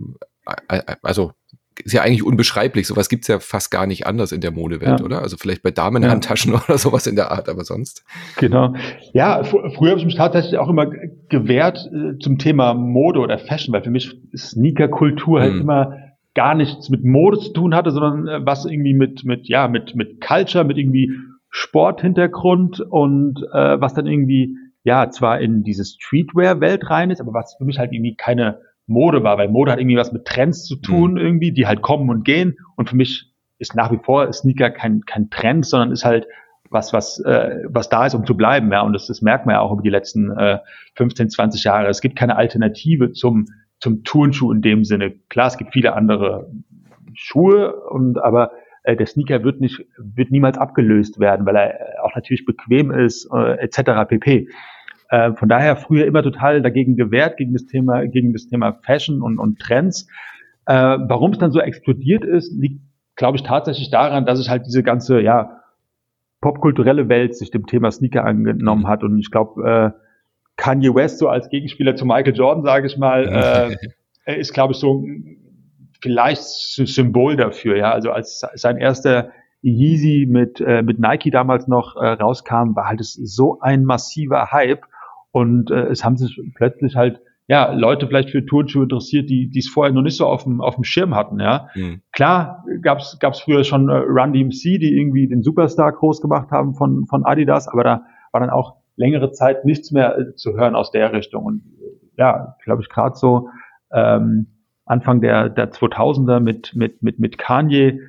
also ist ja eigentlich unbeschreiblich. Sowas gibt's ja fast gar nicht anders in der Modewelt, Ja. oder? Also vielleicht bei Damenhandtaschen ja. oder sowas in der Art, aber sonst. Genau. Ja, fr- früher habe ich mich tatsächlich auch immer g- gewehrt äh, zum Thema Mode oder Fashion, weil für mich Sneaker-Kultur halt Mhm. immer gar nichts mit Mode zu tun hatte, sondern äh, was irgendwie mit, mit, ja, mit, mit Culture, mit irgendwie Sporthintergrund und äh, was dann irgendwie, ja, zwar in diese Streetwear-Welt rein ist, aber was für mich halt irgendwie keine Mode war, weil Mode hat irgendwie was mit Trends zu tun, irgendwie, die halt kommen und gehen. Und für mich ist nach wie vor Sneaker kein, kein Trend, sondern ist halt was, was, äh, was da ist, um zu bleiben, ja. Und das, das merkt man ja auch über die letzten äh, fünfzehn, zwanzig Jahre. Es gibt keine Alternative zum, zum Turnschuh in dem Sinne. Klar, es gibt viele andere Schuhe und, aber äh, der Sneaker wird nicht, wird niemals abgelöst werden, weil er auch natürlich bequem ist, äh, et cetera pp. Äh, von daher früher immer total dagegen gewehrt, gegen das Thema, gegen das Thema Fashion und, und Trends. Äh, warum es dann so explodiert ist, liegt, glaube ich, tatsächlich daran, dass sich halt diese ganze, ja, popkulturelle Welt sich dem Thema Sneaker angenommen hat. Und ich glaube, äh, Kanye West so als Gegenspieler zu Michael Jordan, sage ich mal, äh, er ist, glaube ich, so vielleicht Symbol dafür. Ja, also als sein erster Yeezy mit äh, mit Nike damals noch äh, rauskam, war halt es so ein massiver Hype und äh, es haben sich plötzlich halt ja Leute vielleicht für Turnschuhe interessiert, die die es vorher noch nicht so auf dem auf dem Schirm hatten. Ja, mhm. Klar gab's gab's früher schon äh, Run D M C, die irgendwie den Superstar groß gemacht haben von von Adidas, aber da war dann auch längere Zeit nichts mehr äh, zu hören aus der Richtung. Und ja, glaube ich, gerade so ähm, Anfang der der zweitausender mit mit mit mit Kanye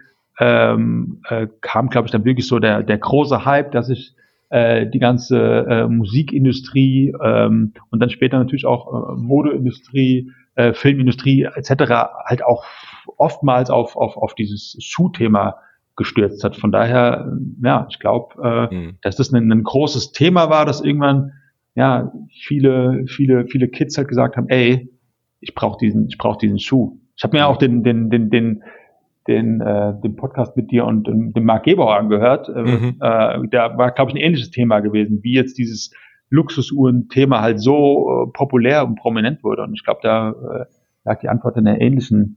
ähm, äh, kam, glaube ich, dann wirklich so der der große Hype, dass ich äh, die ganze äh, Musikindustrie ähm, und dann später natürlich auch äh, Modeindustrie, äh, Filmindustrie et cetera halt auch oftmals auf auf auf dieses Schuhthema gestürzt hat. Von daher, ja, ich glaube, äh, mhm. dass das ein, ein großes Thema war, dass irgendwann ja viele viele viele Kids halt gesagt haben, ey, ich brauche diesen ich brauche diesen Schuh. Ich habe mir mhm. auch den den den den den äh, den Podcast mit dir und ähm, dem Marc Gebauer angehört. Mhm. Äh, da war, glaube ich, ein ähnliches Thema gewesen, wie jetzt dieses Luxusuhren-Thema halt so äh, populär und prominent wurde. Und ich glaube, da äh, lag die Antwort in einer ähnlichen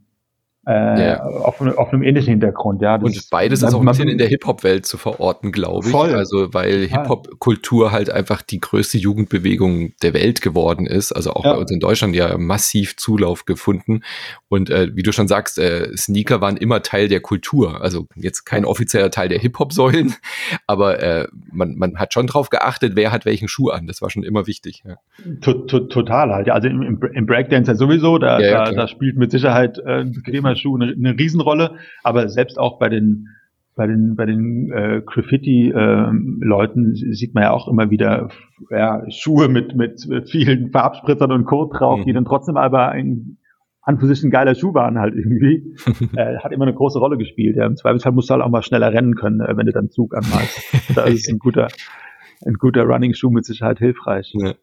Äh, ja. auf, auf einem ähnlichen Hintergrund, ja. Das und beides ist, ist auch ein bisschen in der Hip-Hop-Welt zu verorten, glaube ich. Voll. Also, weil Hip-Hop-Kultur halt einfach die größte Jugendbewegung der Welt geworden ist. Also auch ja. bei uns in Deutschland ja massiv Zulauf gefunden. Und äh, wie du schon sagst, äh, Sneaker waren immer Teil der Kultur. Also jetzt kein offizieller Teil der Hip-Hop-Säulen, aber äh, man, man hat schon drauf geachtet, wer hat welchen Schuh an. Das war schon immer wichtig. Ja. Total halt. Also im, im Breakdance ja sowieso, da, ja, ja, da, da spielt mit Sicherheit äh, ein bequemer Schuh eine, eine Riesenrolle, aber selbst auch bei den bei den bei den äh, Graffiti-Leuten äh, sieht man ja auch immer wieder ja, Schuhe mit mit vielen Farbspritzern und Co. drauf, mhm. die dann trotzdem aber ein an für sich ein geiler Schuh waren halt irgendwie. äh, hat immer eine große Rolle gespielt. Ja. Im Zweifelsfall musst du halt auch mal schneller rennen können, äh, wenn du dann Zug anmalst. Da ist ein guter ein guter Running-Schuh mit Sicherheit hilfreich. Ja.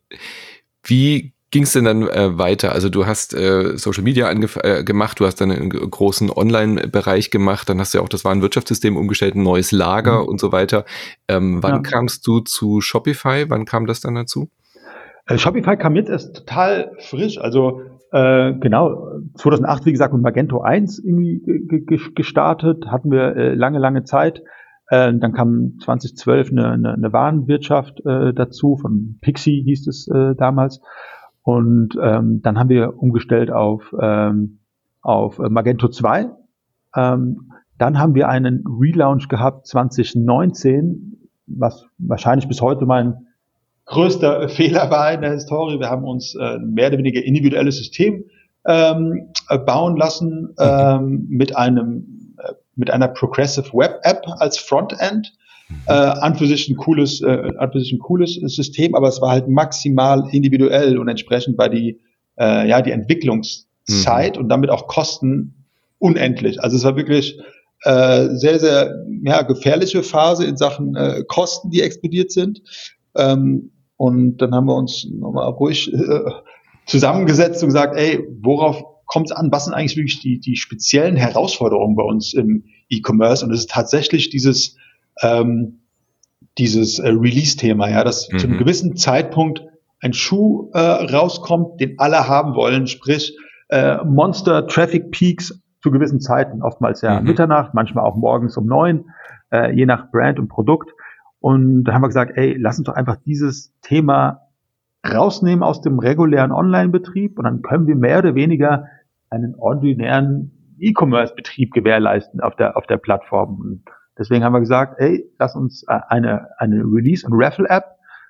Wie ging es denn dann äh, weiter? Also du hast äh, Social Media angef- äh, gemacht, du hast dann einen großen Online-Bereich gemacht, dann hast du ja auch das Warenwirtschaftssystem umgestellt, ein neues Lager mhm. und so weiter. Ähm, wann ja. kamst du zu Shopify? Wann kam das dann dazu? Äh, Shopify kam jetzt erst total frisch, also äh, genau, zweitausendacht, wie gesagt, mit Magento eins irgendwie g- g- gestartet, hatten wir äh, lange, lange Zeit. Äh, dann kam zweitausendzwölf eine, eine, eine Warenwirtschaft äh, dazu, von Pixie hieß es äh, damals. Und ähm, dann haben wir umgestellt auf, ähm, auf Magento zwei. Ähm, dann haben wir einen Relaunch gehabt zwanzig neunzehn, was wahrscheinlich bis heute mein größter Fehler war in der Historie. Wir haben uns äh, mehr oder weniger individuelles System ähm, bauen lassen ähm, mit einem äh, mit einer Progressive Web App als Frontend. Äh, an für sich ein cooles, äh, an für sich ein cooles System, aber es war halt maximal individuell und entsprechend war die, äh, ja, die Entwicklungszeit mhm. und damit auch Kosten unendlich. Also es war wirklich äh, sehr, sehr, ja, gefährliche Phase in Sachen äh, Kosten, die explodiert sind. Ähm, und dann haben wir uns nochmal ruhig äh, zusammengesetzt und gesagt, ey, worauf kommt es an, was sind eigentlich wirklich die, die speziellen Herausforderungen bei uns im E-Commerce? Und es ist tatsächlich dieses, ähm, dieses äh, Release-Thema, ja, dass mhm. zu einem gewissen Zeitpunkt ein Schuh äh, rauskommt, den alle haben wollen, sprich äh, Monster Traffic Peaks zu gewissen Zeiten, oftmals ja mhm. Mitternacht, manchmal auch morgens um neun, äh, je nach Brand und Produkt. Und da haben wir gesagt, ey, lass uns doch einfach dieses Thema rausnehmen aus dem regulären Online-Betrieb und dann können wir mehr oder weniger einen ordinären E-Commerce-Betrieb gewährleisten auf der auf der Plattform. Und deswegen haben wir gesagt, ey, lass uns eine eine Release- und Raffle-App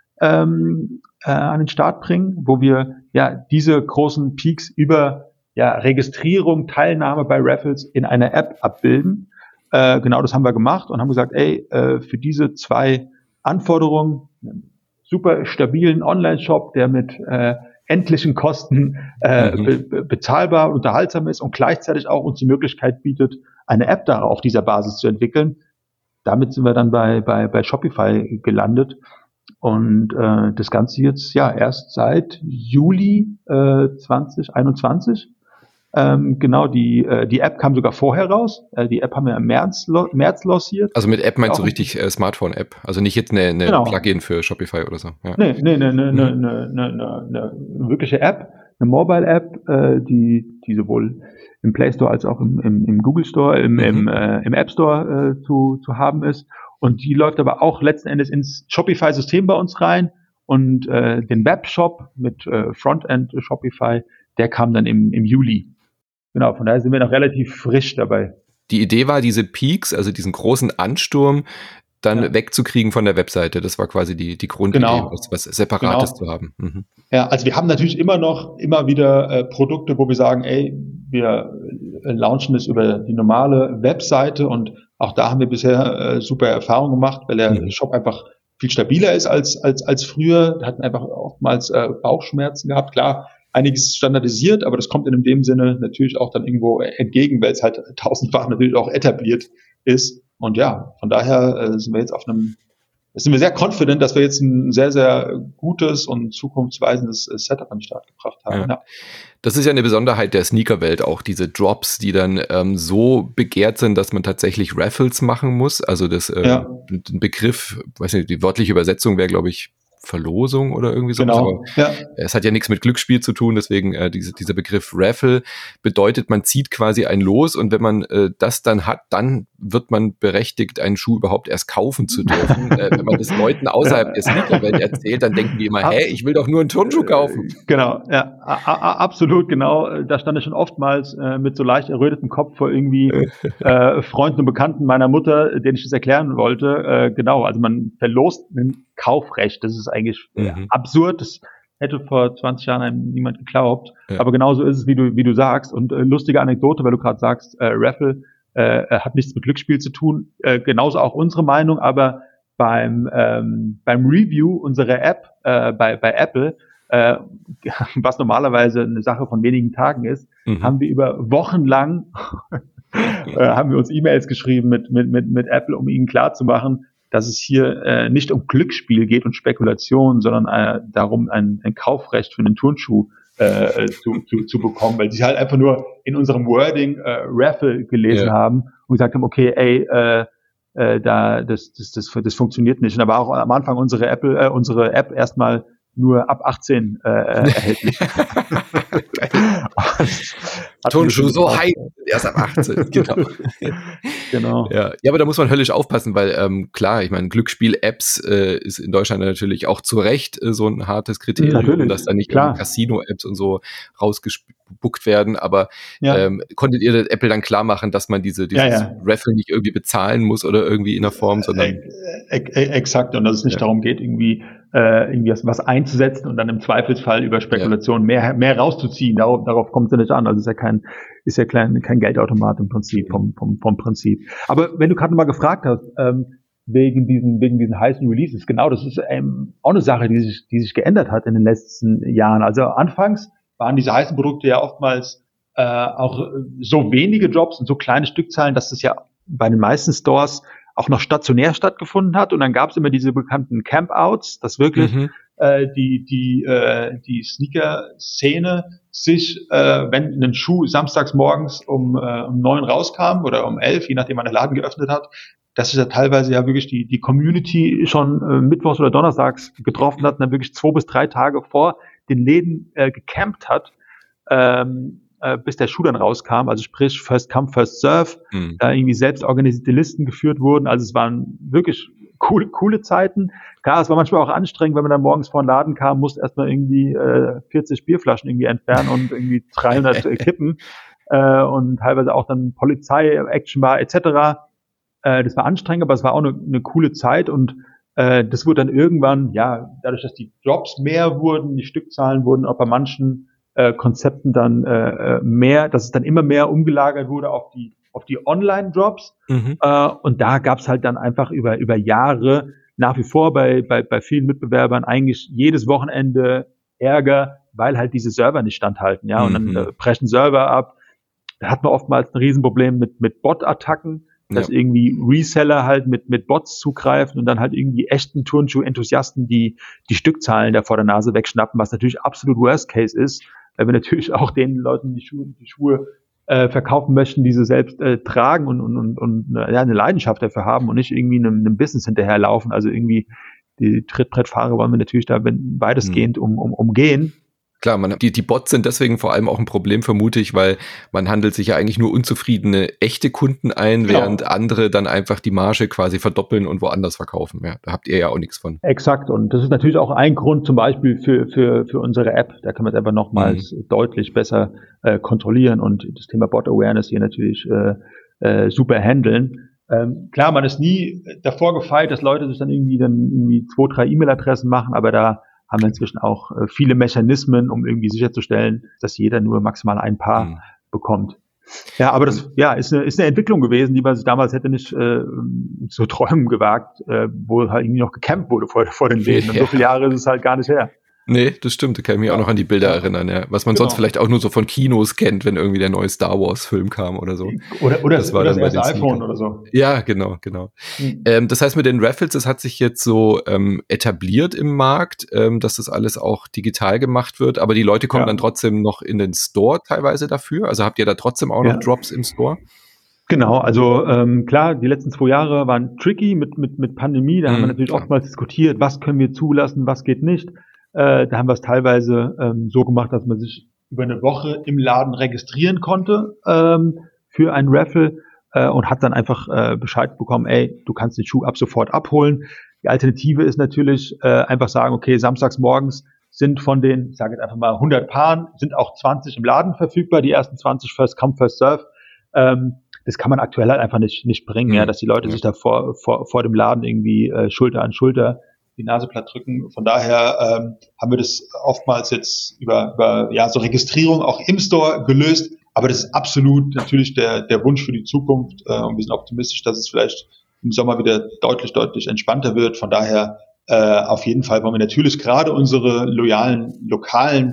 ähm, äh, an den Start bringen, wo wir ja diese großen Peaks über ja Registrierung, Teilnahme bei Raffles in einer App abbilden. Äh, genau das haben wir gemacht und haben gesagt, ey, äh, für diese zwei Anforderungen, einen super stabilen Online-Shop, der mit äh, endlichen Kosten äh, mhm. be- bezahlbar und unterhaltsam ist und gleichzeitig auch uns die Möglichkeit bietet, eine App da auf dieser Basis zu entwickeln. Damit sind wir dann bei bei bei Shopify gelandet und äh, das Ganze jetzt ja erst seit Juli äh, zwanzig einundzwanzig. Ähm, genau, die äh, die App kam sogar vorher raus. Äh, die App haben wir im März, lo- März lanciert. Also mit App meinst du richtig äh, Smartphone-App? Also nicht jetzt eine, eine genau. Plugin für Shopify oder so? Ja. Nee, nee, nee, nee, mhm. nee, nee, nee, nee, nee, eine wirkliche App, eine Mobile-App, äh, die die sowohl im Play Store als auch im, im, im Google Store, im, mhm. im, äh, im App Store äh, zu, zu haben ist. Und die läuft aber auch letzten Endes ins Shopify-System bei uns rein. Und äh, den Webshop mit äh, Frontend Shopify, der kam dann im, im Juli. Genau, von daher sind wir noch relativ frisch dabei. Die Idee war, diese Peaks, also diesen großen Ansturm, dann ja. wegzukriegen von der Webseite. Das war quasi die, die Grundidee, genau. was, was Separates genau. zu haben. Mhm. Ja, also wir haben natürlich immer noch, immer wieder äh, Produkte, wo wir sagen, ey, wir äh, launchen das über die normale Webseite und auch da haben wir bisher äh, super Erfahrungen gemacht, weil der mhm. Shop einfach viel stabiler ist als als als früher. Wir hatten einfach oftmals äh, Bauchschmerzen gehabt. Klar, einiges ist standardisiert, aber das kommt in dem Sinne natürlich auch dann irgendwo entgegen, weil es halt tausendfach natürlich auch etabliert ist. Und ja, von daher äh, sind wir jetzt auf einem, sind wir sehr confident, dass wir jetzt ein sehr, sehr gutes und zukunftsweisendes äh, Setup an den Start gebracht haben. Ja. Ja. Das ist ja eine Besonderheit der Sneakerwelt, auch diese Drops, die dann ähm, so begehrt sind, dass man tatsächlich Raffles machen muss. Also das ähm, ja. ein Begriff, weiß nicht, die wörtliche Übersetzung wäre, glaube ich, Verlosung oder irgendwie so. Genau. Ja. Es hat ja nichts mit Glücksspiel zu tun, deswegen äh, diese, dieser Begriff Raffle bedeutet, man zieht quasi ein Los und wenn man äh, das dann hat, dann wird man berechtigt, einen Schuh überhaupt erst kaufen zu dürfen. äh, wenn man das Leuten außerhalb ja. der Sneakerwelt erzählt, dann denken die immer, hä, ich will doch nur einen Turnschuh kaufen. Genau, ja, a- a- absolut, genau. Da stand ich schon oftmals äh, mit so leicht errötetem Kopf vor irgendwie äh, Freunden und Bekannten meiner Mutter, denen ich das erklären wollte. Äh, genau, also man verlost ein Kaufrecht. Das ist eigentlich mhm. absurd. Das hätte vor zwanzig Jahren einem niemand geglaubt. Ja. Aber genauso ist es, wie du wie du sagst. Und äh, lustige Anekdote, weil du gerade sagst, äh, Raffle äh, hat nichts mit Glücksspiel zu tun. Äh, genauso auch unsere Meinung. Aber beim ähm, beim Review unserer App äh, bei bei Apple, äh, was normalerweise eine Sache von wenigen Tagen ist, mhm. haben wir über Wochen lang äh, haben wir uns E-Mails geschrieben mit mit mit mit Apple, um ihnen klarzumachen, dass es hier äh, nicht um Glücksspiel geht und Spekulation, sondern äh, darum, ein, ein Kaufrecht für einen Turnschuh äh, zu, zu, zu bekommen, weil sie halt einfach nur in unserem Wording äh, Raffle gelesen ja. haben und gesagt haben, okay, ey, äh, äh, da das, das, das, das funktioniert nicht. Und da war auch am Anfang unsere Apple, äh, unsere App erstmal nur ab achtzehn äh, erhältlich. Turnschuh so heiß, erst ab achtzehn, genau. genau. Ja. ja, aber da muss man höllisch aufpassen, weil ähm, klar, ich meine, Glücksspiel-Apps äh, ist in Deutschland natürlich auch zu Recht äh, so ein hartes Kriterium, natürlich. Dass da nicht Casino-Apps und so rausgespuckt werden, aber ja. ähm, konntet ihr Apple dann klar machen, dass man diese dieses ja, ja. Raffle nicht irgendwie bezahlen muss oder irgendwie in der Form, sondern äh, äh, exakt, und dass es nicht ja. darum geht, irgendwie äh, irgendwie was, was einzusetzen und dann im Zweifelsfall über Spekulation ja. mehr mehr rauszuziehen. Darauf, darauf kommt es ja nicht an. Also ist ja kein ist ja kein, kein Geldautomat im Prinzip vom vom vom Prinzip. Aber wenn du gerade mal gefragt hast ähm, wegen diesen wegen diesen heißen Releases, genau, das ist ähm, auch eine Sache, die sich die sich geändert hat in den letzten Jahren. Also anfangs waren diese heißen Produkte ja oftmals äh, auch so wenige Jobs und so kleine Stückzahlen, dass das ja bei den meisten Stores auch noch stationär stattgefunden hat. Und dann gab es immer diese bekannten Campouts, dass wirklich mhm. äh, die die äh, die Sneaker-Szene sich, äh, wenn ein Schuh samstags morgens um, äh, um neun rauskam oder um elf, je nachdem wann der Laden geöffnet hat, dass sich da teilweise ja wirklich die, die Community schon äh, mittwochs oder donnerstags getroffen hat und dann wirklich zwei bis drei Tage vor den Läden äh, gecampt hat, ähm, äh, bis der Schuh dann rauskam. Also sprich, First Come, First Serve, mhm. da irgendwie selbst organisierte Listen geführt wurden. Also es waren wirklich coole, coole Zeiten. Klar, es war manchmal auch anstrengend, wenn man dann morgens vor den Laden kam, musste erstmal irgendwie äh, vierzig Bierflaschen irgendwie entfernen und irgendwie dreihundert Kippen äh, und teilweise auch dann Polizei-Action war et cetera. Äh, das war anstrengend, aber es war auch eine, eine coole Zeit und äh, das wurde dann irgendwann, ja, dadurch, dass die Drops mehr wurden, die Stückzahlen wurden auch bei manchen äh, Konzepten dann äh, mehr, dass es dann immer mehr umgelagert wurde auf die auf die Online-Drops mhm. äh, und da gab's halt dann einfach über über Jahre nach wie vor bei bei bei vielen Mitbewerbern eigentlich jedes Wochenende Ärger, weil halt diese Server nicht standhalten, ja, und mhm. dann äh, brechen Server ab. Da hat man oftmals ein Riesenproblem mit mit Bot-Attacken, dass ja. irgendwie Reseller halt mit mit Bots zugreifen und dann halt irgendwie echten Turnschuh-Enthusiasten die die Stückzahlen da vor der Nase wegschnappen, was natürlich absolut Worst Case ist, weil wir natürlich auch den Leuten die Schuhe die Schuhe äh, verkaufen möchten, die sie selbst äh, tragen und und und, und ja, eine Leidenschaft dafür haben und nicht irgendwie einem, einem Business hinterherlaufen. Also irgendwie die Trittbrettfahrer wollen wir natürlich da weitestgehend mhm. um, um umgehen. Klar, man, die, die Bots sind deswegen vor allem auch ein Problem, vermute ich, weil man handelt sich ja eigentlich nur unzufriedene, echte Kunden ein, genau. während andere dann einfach die Marge quasi verdoppeln und woanders verkaufen. Ja, da habt ihr ja auch nichts von. Exakt. Und das ist natürlich auch ein Grund zum Beispiel für, für, für unsere App. Da kann man es einfach nochmals mhm. deutlich besser äh, kontrollieren und das Thema Bot Awareness hier natürlich äh, äh, super handeln. Ähm, klar, man ist nie davor gefeit, dass Leute sich dann irgendwie dann irgendwie zwei, drei E-Mail-Adressen machen, aber da haben wir inzwischen auch äh, viele Mechanismen, um irgendwie sicherzustellen, dass jeder nur maximal ein Paar mhm. bekommt. Ja, aber das ja ist eine, ist eine Entwicklung gewesen, die man sich damals hätte nicht äh, zu träumen gewagt, äh, wo halt irgendwie noch gecampt wurde vor, vor den Läden. Und ja. so viele Jahre ist es halt gar nicht her. Nee, das stimmt, da kann ich mich ja. auch noch an die Bilder ja. erinnern, ja. Was man genau. sonst vielleicht auch nur so von Kinos kennt, wenn irgendwie der neue Star Wars Film kam oder so. Oder, oder das, war oder dann das erste iPhone oder so. Ja, genau, genau. Mhm. Ähm, das heißt, mit den Raffles, das hat sich jetzt so ähm, etabliert im Markt, ähm, dass das alles auch digital gemacht wird, aber die Leute kommen ja. dann trotzdem noch in den Store teilweise dafür? Also habt ihr da trotzdem auch noch ja. Drops im Store? Genau, also ähm, klar, die letzten zwei Jahre waren tricky mit mit mit Pandemie, da mhm, haben wir natürlich klar. oftmals diskutiert, was können wir zulassen, was geht nicht. Äh, da haben wir es teilweise ähm, so gemacht, dass man sich über eine Woche im Laden registrieren konnte ähm, für ein Raffle äh, und hat dann einfach äh, Bescheid bekommen, ey, du kannst den Schuh ab sofort abholen. Die Alternative ist natürlich äh, einfach sagen, okay, samstags morgens sind von den, ich sage jetzt einfach mal hundert Paaren, sind auch zwanzig im Laden verfügbar, die ersten zwanzig First Come, First Serve. Ähm, das kann man aktuell halt einfach nicht nicht bringen, mhm. ja, dass die Leute mhm. sich da vor, vor, vor dem Laden irgendwie äh, Schulter an Schulter die Nase platt drücken. Von daher ähm, haben wir das oftmals jetzt über, über ja so Registrierung auch im Store gelöst. Aber das ist absolut natürlich der der Wunsch für die Zukunft. Äh, und wir sind optimistisch, dass es vielleicht im Sommer wieder deutlich, deutlich entspannter wird. Von daher äh, auf jeden Fall wollen wir natürlich gerade unsere loyalen, lokalen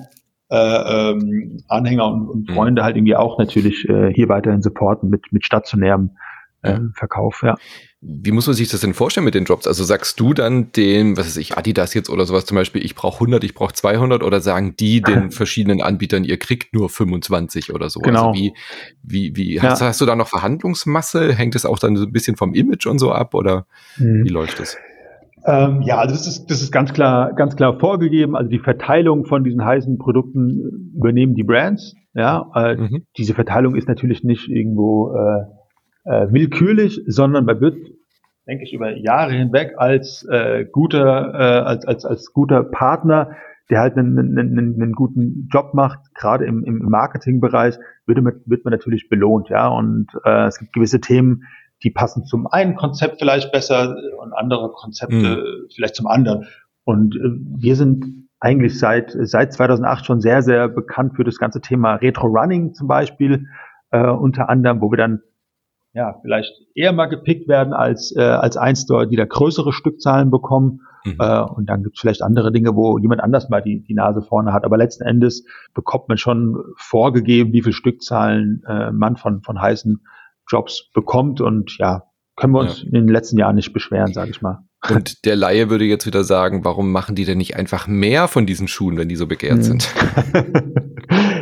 äh, ähm, Anhänger und, und Freunde mhm. halt irgendwie auch natürlich äh, hier weiterhin supporten mit mit stationärem äh, Verkauf, ja. Wie muss man sich das denn vorstellen mit den Drops? Also sagst du dann dem, was weiß ich, Adidas jetzt oder sowas zum Beispiel, ich brauche hundert, ich brauche zweihundert, oder sagen die den verschiedenen Anbietern, ihr kriegt nur fünfundzwanzig oder so? Genau. Also wie, wie, wie, hast, ja. hast du da noch Verhandlungsmasse? Hängt es auch dann so ein bisschen vom Image und so ab, oder mhm. wie läuft das? Ähm, ja, also das ist, das ist ganz klar, ganz klar vorgegeben. Also die Verteilung von diesen heißen Produkten übernehmen die Brands. Ja, äh, mhm. diese Verteilung ist natürlich nicht irgendwo äh, Äh, willkürlich, sondern man wird, denke ich, über Jahre hinweg als äh, guter äh, als als als guter Partner, der halt einen, einen, einen, einen guten Job macht, gerade im, im Marketingbereich, wird man, wird man natürlich belohnt, ja. Und äh, es gibt gewisse Themen, die passen zum einen Konzept vielleicht besser und andere Konzepte mhm. vielleicht zum anderen. Und äh, wir sind eigentlich seit seit zweitausendacht schon sehr sehr bekannt für das ganze Thema Retro Running zum Beispiel, äh, unter anderem, wo wir dann ja, vielleicht eher mal gepickt werden als äh, als ein Store, die da größere Stückzahlen bekommen. Mhm. Äh, und dann gibt es vielleicht andere Dinge, wo jemand anders mal die die Nase vorne hat. Aber letzten Endes bekommt man schon vorgegeben, wie viele Stückzahlen äh, man von von heißen Jobs bekommt. Und ja, können wir uns ja. in den letzten Jahren nicht beschweren, sage ich mal. Und der Laie würde jetzt wieder sagen, warum machen die denn nicht einfach mehr von diesen Schuhen, wenn die so begehrt sind?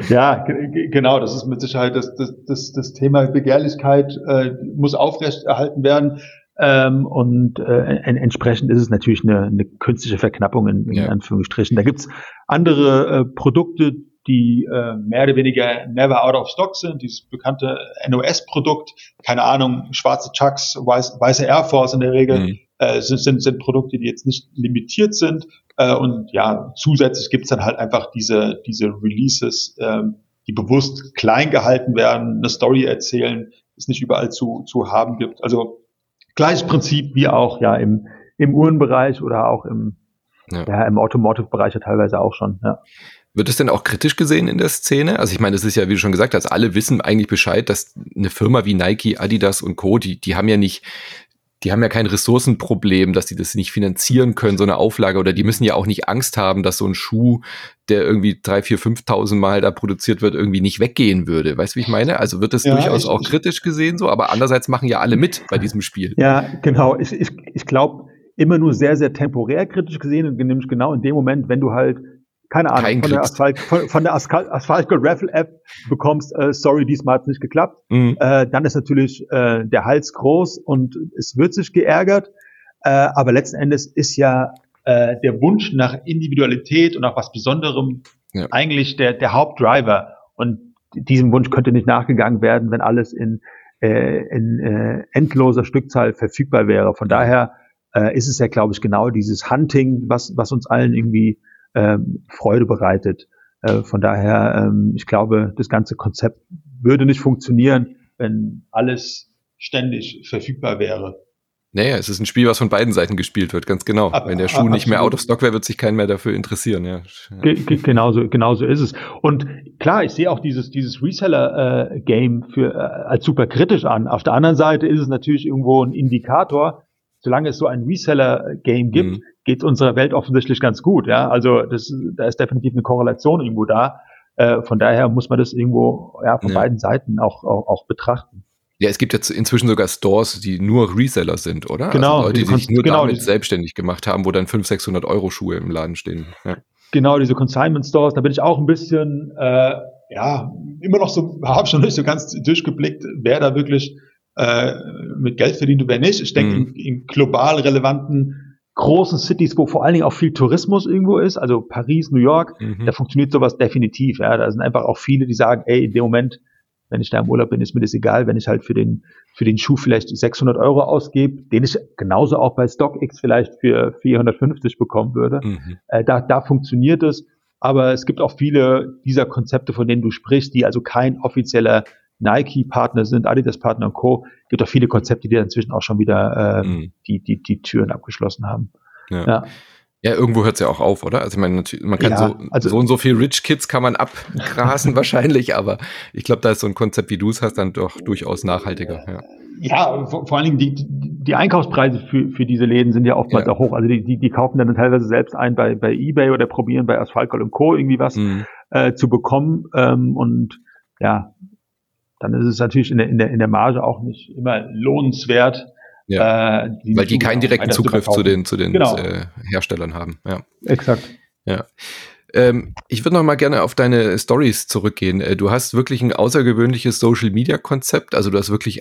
Ja, g- genau, das ist mit Sicherheit das, das, das, das Thema Begehrlichkeit äh, muss aufrechterhalten werden. Ähm, und äh, en- entsprechend ist es natürlich eine, eine künstliche Verknappung in, in Ja. Anführungsstrichen. Da gibt's andere äh, Produkte, die äh, mehr oder weniger never out of stock sind. Dieses bekannte N O S-Produkt, keine Ahnung, schwarze Chucks, weiß, weiße Air Force in der Regel, Mhm. äh, sind, sind, sind Produkte, die jetzt nicht limitiert sind. Äh, und ja, zusätzlich gibt's dann halt einfach diese, diese Releases, ähm, die bewusst klein gehalten werden, eine Story erzählen, es nicht überall zu, zu haben gibt. Also gleiches Prinzip wie auch ja im, im Uhrenbereich oder auch im, Ja. ja, im Automotive-Bereich ja teilweise auch schon, ja. Wird es denn auch kritisch gesehen in der Szene? Also ich meine, es ist ja, wie du schon gesagt hast, alle wissen eigentlich Bescheid, dass eine Firma wie Nike, Adidas und Co., die, die haben ja nicht, die haben ja kein Ressourcenproblem, dass die das nicht finanzieren können, so eine Auflage, oder die müssen ja auch nicht Angst haben, dass so ein Schuh, der irgendwie drei, vier, fünftausend Mal da produziert wird, irgendwie nicht weggehen würde. Weißt du, wie ich meine? Also wird es Ja, durchaus ich, auch ich, kritisch gesehen so, aber andererseits machen ja alle mit bei diesem Spiel. Ja, genau. Ich, ich, ich glaube, immer nur sehr, sehr temporär kritisch gesehen und nämlich genau in dem Moment, wenn du halt, keine Ahnung, Keinen von der, kriegst. Asphalt, von, von der Asphalt, Asphalt Gold Raffle App bekommst, äh, sorry, diesmal hat's nicht geklappt, Mhm. äh, dann ist natürlich äh, der Hals groß und es wird sich geärgert, äh, aber letzten Endes ist ja äh, der Wunsch nach Individualität und nach was Besonderem Ja. eigentlich der, der Hauptdriver, und diesem Wunsch könnte nicht nachgegangen werden, wenn alles in äh, in äh, endloser Stückzahl verfügbar wäre. Von daher äh, ist es ja, glaube ich, genau dieses Hunting, was was uns allen irgendwie ähm, Freude bereitet. Äh, von daher, ähm, ich glaube, das ganze Konzept würde nicht funktionieren, wenn alles ständig verfügbar wäre. Naja, es ist ein Spiel, was von beiden Seiten gespielt wird, ganz genau. Ab, Wenn der Schuh nicht mehr absolut. out of stock wäre, wird sich keiner mehr dafür interessieren. Ja. Ge ge genauso, genauso ist es. Und klar, ich sehe auch dieses, dieses Reseller-Game äh, für äh, als super kritisch an. Auf der anderen Seite ist es natürlich irgendwo ein Indikator. Solange es so ein Reseller-Game gibt, Mhm. geht es unserer Welt offensichtlich ganz gut. Ja, also das, da ist definitiv eine Korrelation irgendwo da. Äh, von daher muss man das irgendwo ja von Ja. beiden Seiten auch, auch, auch betrachten. Ja, es gibt jetzt inzwischen sogar Stores, die nur Reseller sind, oder? Genau, Also Leute, die diese sich nur genau, damit diese, selbstständig gemacht haben, wo dann fünfhundert, sechshundert Euro Schuhe im Laden stehen. Ja. genau diese Consignment Stores. Da bin ich auch ein bisschen äh, ja immer noch so, habe schon nicht so ganz durchgeblickt, wer da wirklich äh, mit Geld verdient und wer nicht. Ich denke, Mhm. in, in global relevanten großen Cities, wo vor allen Dingen auch viel Tourismus irgendwo ist, also Paris, New York, Mhm. da funktioniert sowas definitiv. Ja, da sind einfach auch viele, die sagen, ey, in dem Moment, wenn ich da im Urlaub bin, ist mir das egal, wenn ich halt für den für den Schuh vielleicht sechshundert Euro ausgebe, den ich genauso auch bei StockX vielleicht für vierhundertfünfzig bekommen würde. Mhm. Äh, da, da funktioniert es. Aber es gibt auch viele dieser Konzepte, von denen du sprichst, die also kein offizieller Nike-Partner sind, Adidas-Partner und Co. Es gibt auch viele Konzepte, die inzwischen auch schon wieder äh, Mhm. die, die, die Türen abgeschlossen haben. Ja. Ja. Ja, irgendwo hört es ja auch auf, oder? Also ich meine, natürlich, man kann Ja, so, also- so und so viel Rich Kids kann man abgrasen wahrscheinlich, aber ich glaube, da ist so ein Konzept, wie du es hast, dann doch durchaus nachhaltiger. Ja. Ja, vor, vor allen Dingen die, die, die Einkaufspreise für, für diese Läden sind ja oftmals Ja. auch hoch. Also die, die, die kaufen dann teilweise selbst ein bei, bei eBay oder probieren bei Asphalt Gold und Co. irgendwie was Mhm. äh, zu bekommen. Ähm, und ja, dann ist es natürlich in der, in der, in der Marge auch nicht immer lohnenswert. Ja. Äh, Weil die keinen direkten weiter zu Zugriff zu verkaufen. den, zu den Genau. äh, Herstellern haben. Ja. Exakt. Ja. Ähm, ich würde noch mal gerne auf deine Stories zurückgehen. Äh, Du hast wirklich ein außergewöhnliches Social-Media-Konzept, also du hast wirklich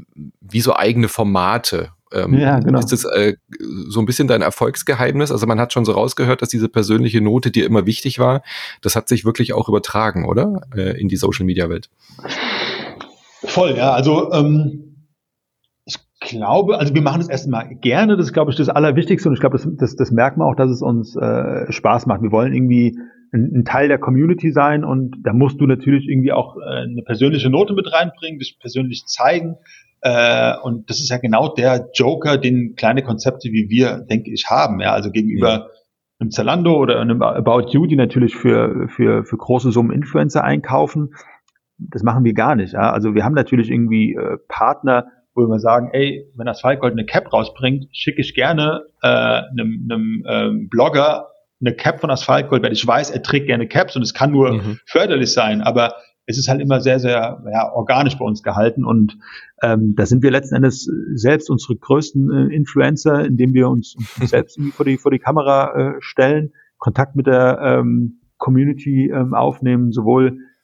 wie so eigene Formate. Ähm, Ja, genau. Ist das äh, so ein bisschen dein Erfolgsgeheimnis? Also man hat schon so rausgehört, dass diese persönliche Note dir immer wichtig war. Das hat sich wirklich auch übertragen, oder? Äh, in die Social-Media-Welt. Voll, ja. Also ähm, ich glaube, also wir machen das erstmal gerne. Das ist, glaube ich, das Allerwichtigste. Und ich glaube, das, das, das merkt man auch, dass es uns äh, Spaß macht. Wir wollen irgendwie ein, ein Teil der Community sein. Und da musst du natürlich irgendwie auch äh, eine persönliche Note mit reinbringen, dich persönlich zeigen. Äh, und das ist ja genau der Joker, den kleine Konzepte wie wir, denke ich, haben. Ja, also gegenüber Ja. einem Zalando oder einem About You, die natürlich für, für, für große Summen Influencer einkaufen. Das machen wir gar nicht. Ja? Also wir haben natürlich irgendwie äh, Partner, wo wir sagen, ey, wenn Asphalt Gold eine Cap rausbringt, schicke ich gerne äh, einem, einem ähm, Blogger eine Cap von Asphalt Gold, weil ich weiß, er trägt gerne Caps und es kann nur Mhm. förderlich sein, aber es ist halt immer sehr, sehr ja, organisch bei uns gehalten und ähm, da sind wir letzten Endes selbst unsere größten äh, Influencer, indem wir uns, uns selbst irgendwie vor die, vor die Kamera äh, stellen, Kontakt mit der ähm, Community ähm, aufnehmen, sowohl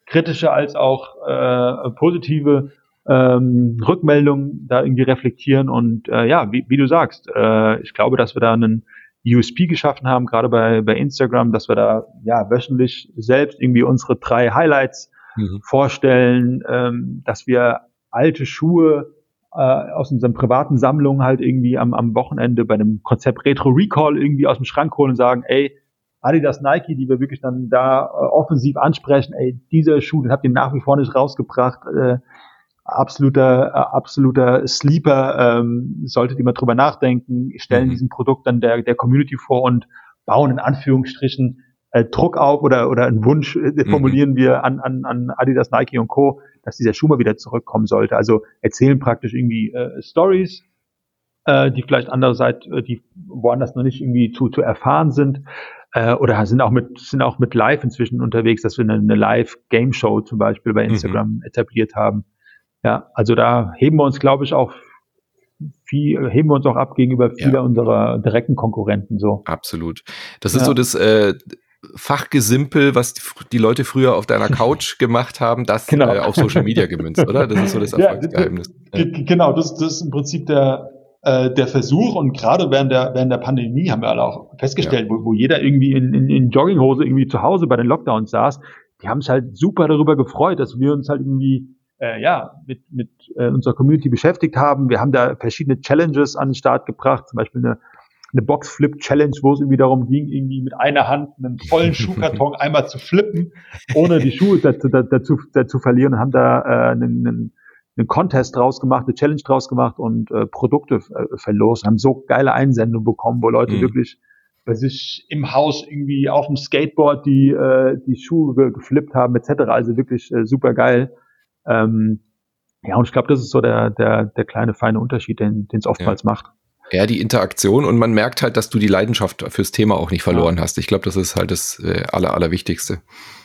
kritische als auch äh, positive ähm, Rückmeldungen da irgendwie reflektieren und äh, ja, wie, wie du sagst, äh, ich glaube, dass wir da einen U S P geschaffen haben, gerade bei, bei Instagram, dass wir da ja wöchentlich selbst irgendwie unsere drei Highlights mhm. vorstellen, ähm, dass wir alte Schuhe äh, aus unseren privaten Sammlungen halt irgendwie am, am Wochenende bei einem Konzept Retro Recall irgendwie aus dem Schrank holen und sagen, ey, Adidas, Nike, die wir wirklich dann da äh, offensiv ansprechen, ey, dieser Schuh, den habt ihr nach wie vor nicht rausgebracht, äh, absoluter, äh, absoluter Sleeper, ähm, solltet ihr mal drüber nachdenken, stellen mhm. diesem Produkt dann der, der Community vor und bauen in Anführungsstrichen äh, Druck auf oder, oder einen Wunsch äh, formulieren mhm. wir an, an, an Adidas, Nike und Co., dass dieser Schuh mal wieder zurückkommen sollte. Also erzählen praktisch irgendwie äh, Stories, äh, die vielleicht andererseits, äh, die woanders noch nicht irgendwie zu, zu erfahren sind, äh, oder sind auch mit, sind auch mit Live inzwischen unterwegs, dass wir eine, eine Live-Game-Show zum Beispiel bei Instagram mhm. etabliert haben. Ja, also da heben wir uns, glaube ich, auch viel, heben wir uns auch ab gegenüber vieler ja. unserer direkten Konkurrenten, so. Absolut. Das ist ja. so das, äh, Fachgesimpel, was die, die Leute früher auf deiner Couch gemacht haben, das genau. äh, auf Social Media gemünzt, oder? Das ist so das Erfolgsgeheimnis. Ja, g- g- genau, das, das ist im Prinzip der, äh, der Versuch und gerade während der, während der Pandemie haben wir alle auch festgestellt, ja. wo, wo jeder irgendwie in, in, in Jogginghose irgendwie zu Hause bei den Lockdowns saß, die haben sich halt super darüber gefreut, dass wir uns halt irgendwie äh, ja mit, mit äh, unserer Community beschäftigt haben. Wir haben da verschiedene Challenges an den Start gebracht, zum Beispiel eine eine Box-Flip-Challenge, wo es irgendwie darum ging, irgendwie mit einer Hand einen vollen Schuhkarton einmal zu flippen, ohne die Schuhe dazu, dazu, dazu verlieren, und haben da äh, einen, einen, einen Contest draus gemacht, eine Challenge draus gemacht und äh, Produkte äh, verlost, haben so geile Einsendungen bekommen, wo Leute mhm. wirklich bei sich im Haus irgendwie auf dem Skateboard die äh, die Schuhe ge- geflippt haben, et cetera. Also wirklich äh, super geil. Ähm, ja, und ich glaube, das ist so der der der kleine feine Unterschied, den den es oftmals ja. macht. Ja, die Interaktion, und man merkt halt, dass du die Leidenschaft fürs Thema auch nicht verloren ja. hast. Ich glaube, das ist halt das äh, aller, Allerwichtigste.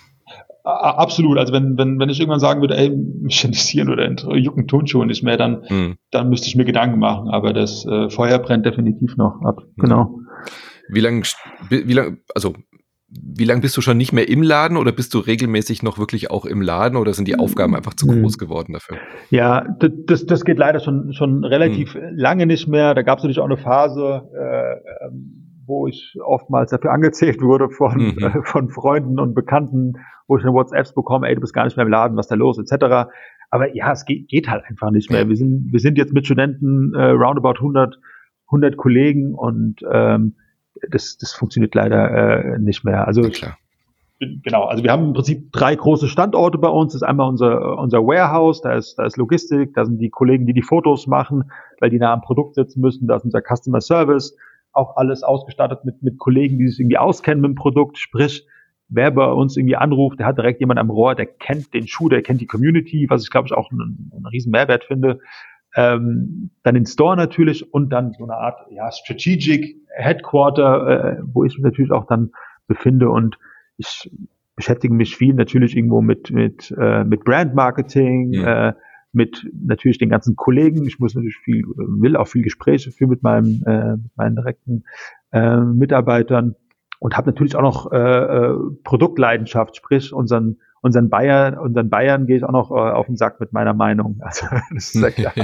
Absolut. Also wenn, wenn, wenn ich irgendwann sagen würde, ey, mich interessieren oder jucken Turnschuhe nicht mehr, dann, mhm. dann müsste ich mir Gedanken machen. Aber das äh, Feuer brennt definitiv noch ab. Genau. Wie lange, wie lang, also, wie lange bist du schon nicht mehr im Laden, oder bist du regelmäßig noch wirklich auch im Laden, oder sind die Aufgaben einfach zu groß geworden dafür? Ja, das, das geht leider schon, schon relativ hm. lange nicht mehr. Da gab es natürlich auch eine Phase, äh, wo ich oftmals dafür angezählt wurde von, mhm. äh, von Freunden und Bekannten, wo ich dann WhatsApps bekomme, ey, du bist gar nicht mehr im Laden, was ist da los, et cetera. Aber ja, es geht, geht halt einfach nicht mehr. Ja. Wir sind, wir sind jetzt mit Studenten äh, roundabout hundert, hundert Kollegen und ähm, Das, das funktioniert leider äh, nicht mehr. Also, ja, klar. Genau. Also wir haben im Prinzip drei große Standorte bei uns. Das ist einmal unser, unser Warehouse. Da ist, da ist Logistik. Da sind die Kollegen, die die Fotos machen, weil die nah am Produkt sitzen müssen. Da ist unser Customer Service. Auch alles ausgestattet mit, mit Kollegen, die sich irgendwie auskennen mit dem Produkt. Sprich, wer bei uns irgendwie anruft, der hat direkt jemand am Rohr, der kennt den Schuh, der kennt die Community, was ich glaube ich auch einen, einen riesen Mehrwert finde. Ähm, dann den Store natürlich und dann so eine Art ja Strategic Headquarter, äh, wo ich mich natürlich auch dann befinde, und ich beschäftige mich viel natürlich irgendwo mit mit äh, mit Brand Marketing, ja. äh, mit natürlich den ganzen Kollegen. Ich muss natürlich viel, will auch viel Gespräche führen mit meinem äh, mit meinen direkten äh, Mitarbeitern und habe natürlich auch noch äh, äh, Produktleidenschaft, sprich unseren Unseren Bayern, unseren Bayern gehe ich auch noch äh, auf den Sack mit meiner Meinung. Also das ist sehr klar.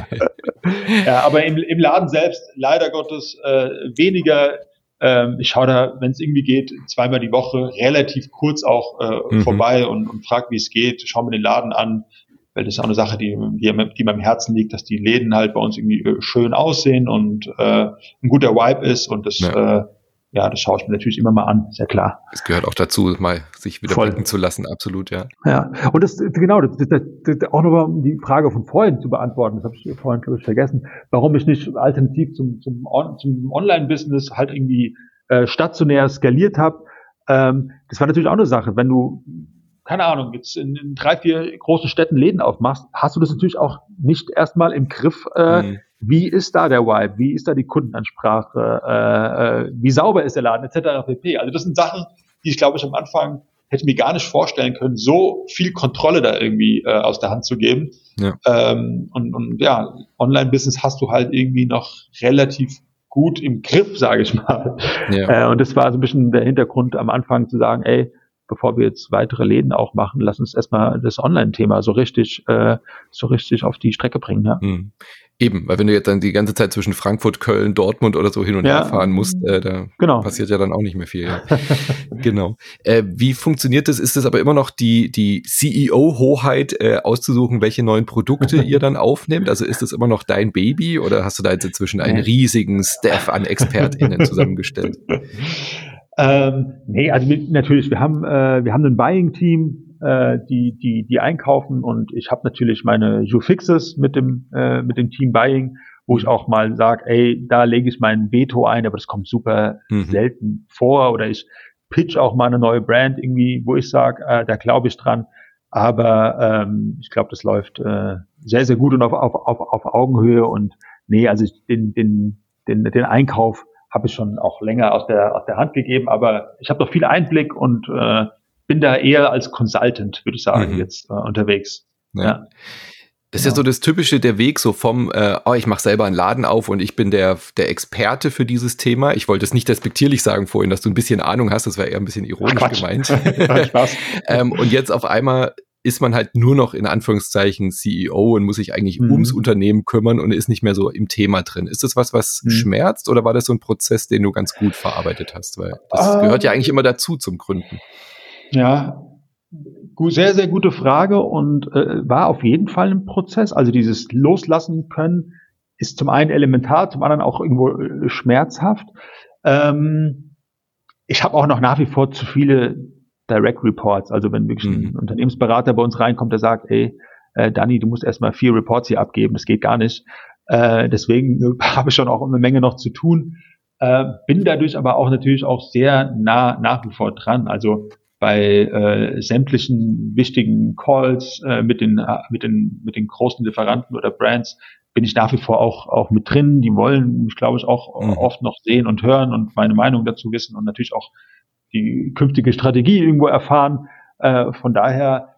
Ja, aber im, im Laden selbst leider Gottes äh, weniger. Ähm, ich schaue da, wenn es irgendwie geht, zweimal die Woche relativ kurz auch äh, mhm. vorbei und, und frage, wie es geht. Schau mir den Laden an, weil das ist auch eine Sache, die, die, die mir am Herzen liegt, dass die Läden halt bei uns irgendwie schön aussehen und äh, ein guter Vibe ist, und das ja. äh, Ja, das schaue ich mir natürlich immer mal an, ist ja klar. Es gehört auch dazu, mal sich wieder blicken zu lassen, absolut, ja. Ja, und das, genau, das, das, das auch nochmal, um die Frage von vorhin zu beantworten, das habe ich vorhin, glaube ich, vergessen, warum ich nicht alternativ zum, zum, zum Online-Business halt irgendwie äh, stationär skaliert habe. Ähm, das war natürlich auch eine Sache, wenn du, keine Ahnung, jetzt in, in drei, vier großen Städten Läden aufmachst, hast du das natürlich auch nicht erstmal im Griff, äh, mhm. Wie ist da der Vibe? Wie ist da die Kundenansprache? Äh, äh, wie sauber ist der Laden? Etc. pp. Also das sind Sachen, die ich, glaube ich, am Anfang hätte mir gar nicht vorstellen können, so viel Kontrolle da irgendwie äh, aus der Hand zu geben. Ja. Ähm, und, und ja, Online-Business hast du halt irgendwie noch relativ gut im Griff, sage ich mal. Ja. Äh, und das war so ein bisschen der Hintergrund am Anfang zu sagen, ey, bevor wir jetzt weitere Läden auch machen, lass uns erstmal das Online-Thema so richtig, äh, so richtig auf die Strecke bringen, ja. Hm. Eben, weil wenn du jetzt dann die ganze Zeit zwischen Frankfurt, Köln, Dortmund oder so hin und Ja, her fahren musst, äh, da genau. passiert ja dann auch nicht mehr viel. Ja. Genau. Äh, wie funktioniert das? Ist das aber immer noch die, die C E O-Hoheit, äh, auszusuchen, welche neuen Produkte ihr dann aufnehmt? Also ist das immer noch dein Baby oder hast du da jetzt inzwischen einen riesigen Staff an ExpertInnen zusammengestellt? ähm, nee, also wir, natürlich, wir haben, äh, wir haben ein Buying-Team, äh, die, die, die einkaufen und ich habe natürlich meine YouFixes mit dem, äh, mit dem Team Buying, wo ich auch mal sage, ey, da lege ich mein Veto ein, aber das kommt super mhm. selten vor oder ich pitch auch mal eine neue Brand irgendwie, wo ich sage, äh, da glaube ich dran, aber ähm, ich glaube, das läuft äh, sehr, sehr gut und auf, auf, auf, auf Augenhöhe und nee, also ich, den, den, den, den Einkauf habe ich schon auch länger aus der, aus der Hand gegeben, aber ich habe doch viel Einblick und äh, bin da eher als Consultant, würde ich sagen, mhm. jetzt äh, unterwegs. Ja. ja. Das ist genau. ja so das Typische, der Weg so vom, äh, oh, ich mache selber einen Laden auf und ich bin der der Experte für dieses Thema. Ich wollte es nicht despektierlich sagen vorhin, dass du ein bisschen Ahnung hast, das war eher ein bisschen ironisch Ach, gemeint. Spaß. ähm, und jetzt auf einmal ist man halt nur noch in Anführungszeichen C E O und muss sich eigentlich mhm. ums Unternehmen kümmern und ist nicht mehr so im Thema drin. Ist das was, was mhm. schmerzt oder war das so ein Prozess, den du ganz gut verarbeitet hast? Weil das uh, gehört ja eigentlich immer dazu zum Gründen. Ja, sehr, sehr gute Frage und äh, war auf jeden Fall ein Prozess. Also dieses Loslassen können ist zum einen elementar, zum anderen auch irgendwo äh, schmerzhaft. Ähm, ich habe auch noch nach wie vor zu viele Direct Reports. Also wenn wirklich ein mhm. Unternehmensberater bei uns reinkommt, der sagt, ey, äh, Dani, du musst erstmal vier Reports hier abgeben, das geht gar nicht. Äh, deswegen äh, habe ich schon auch eine Menge noch zu tun. Äh, bin dadurch aber auch natürlich auch sehr nah nach wie vor dran. Also bei äh, sämtlichen wichtigen Calls äh, mit den äh, mit den mit den großen Lieferanten oder Brands bin ich nach wie vor auch auch mit drin. Die wollen mich, glaube ich, auch mhm. oft noch sehen und hören und meine Meinung dazu wissen und natürlich auch die künftige Strategie irgendwo erfahren. Äh, von daher,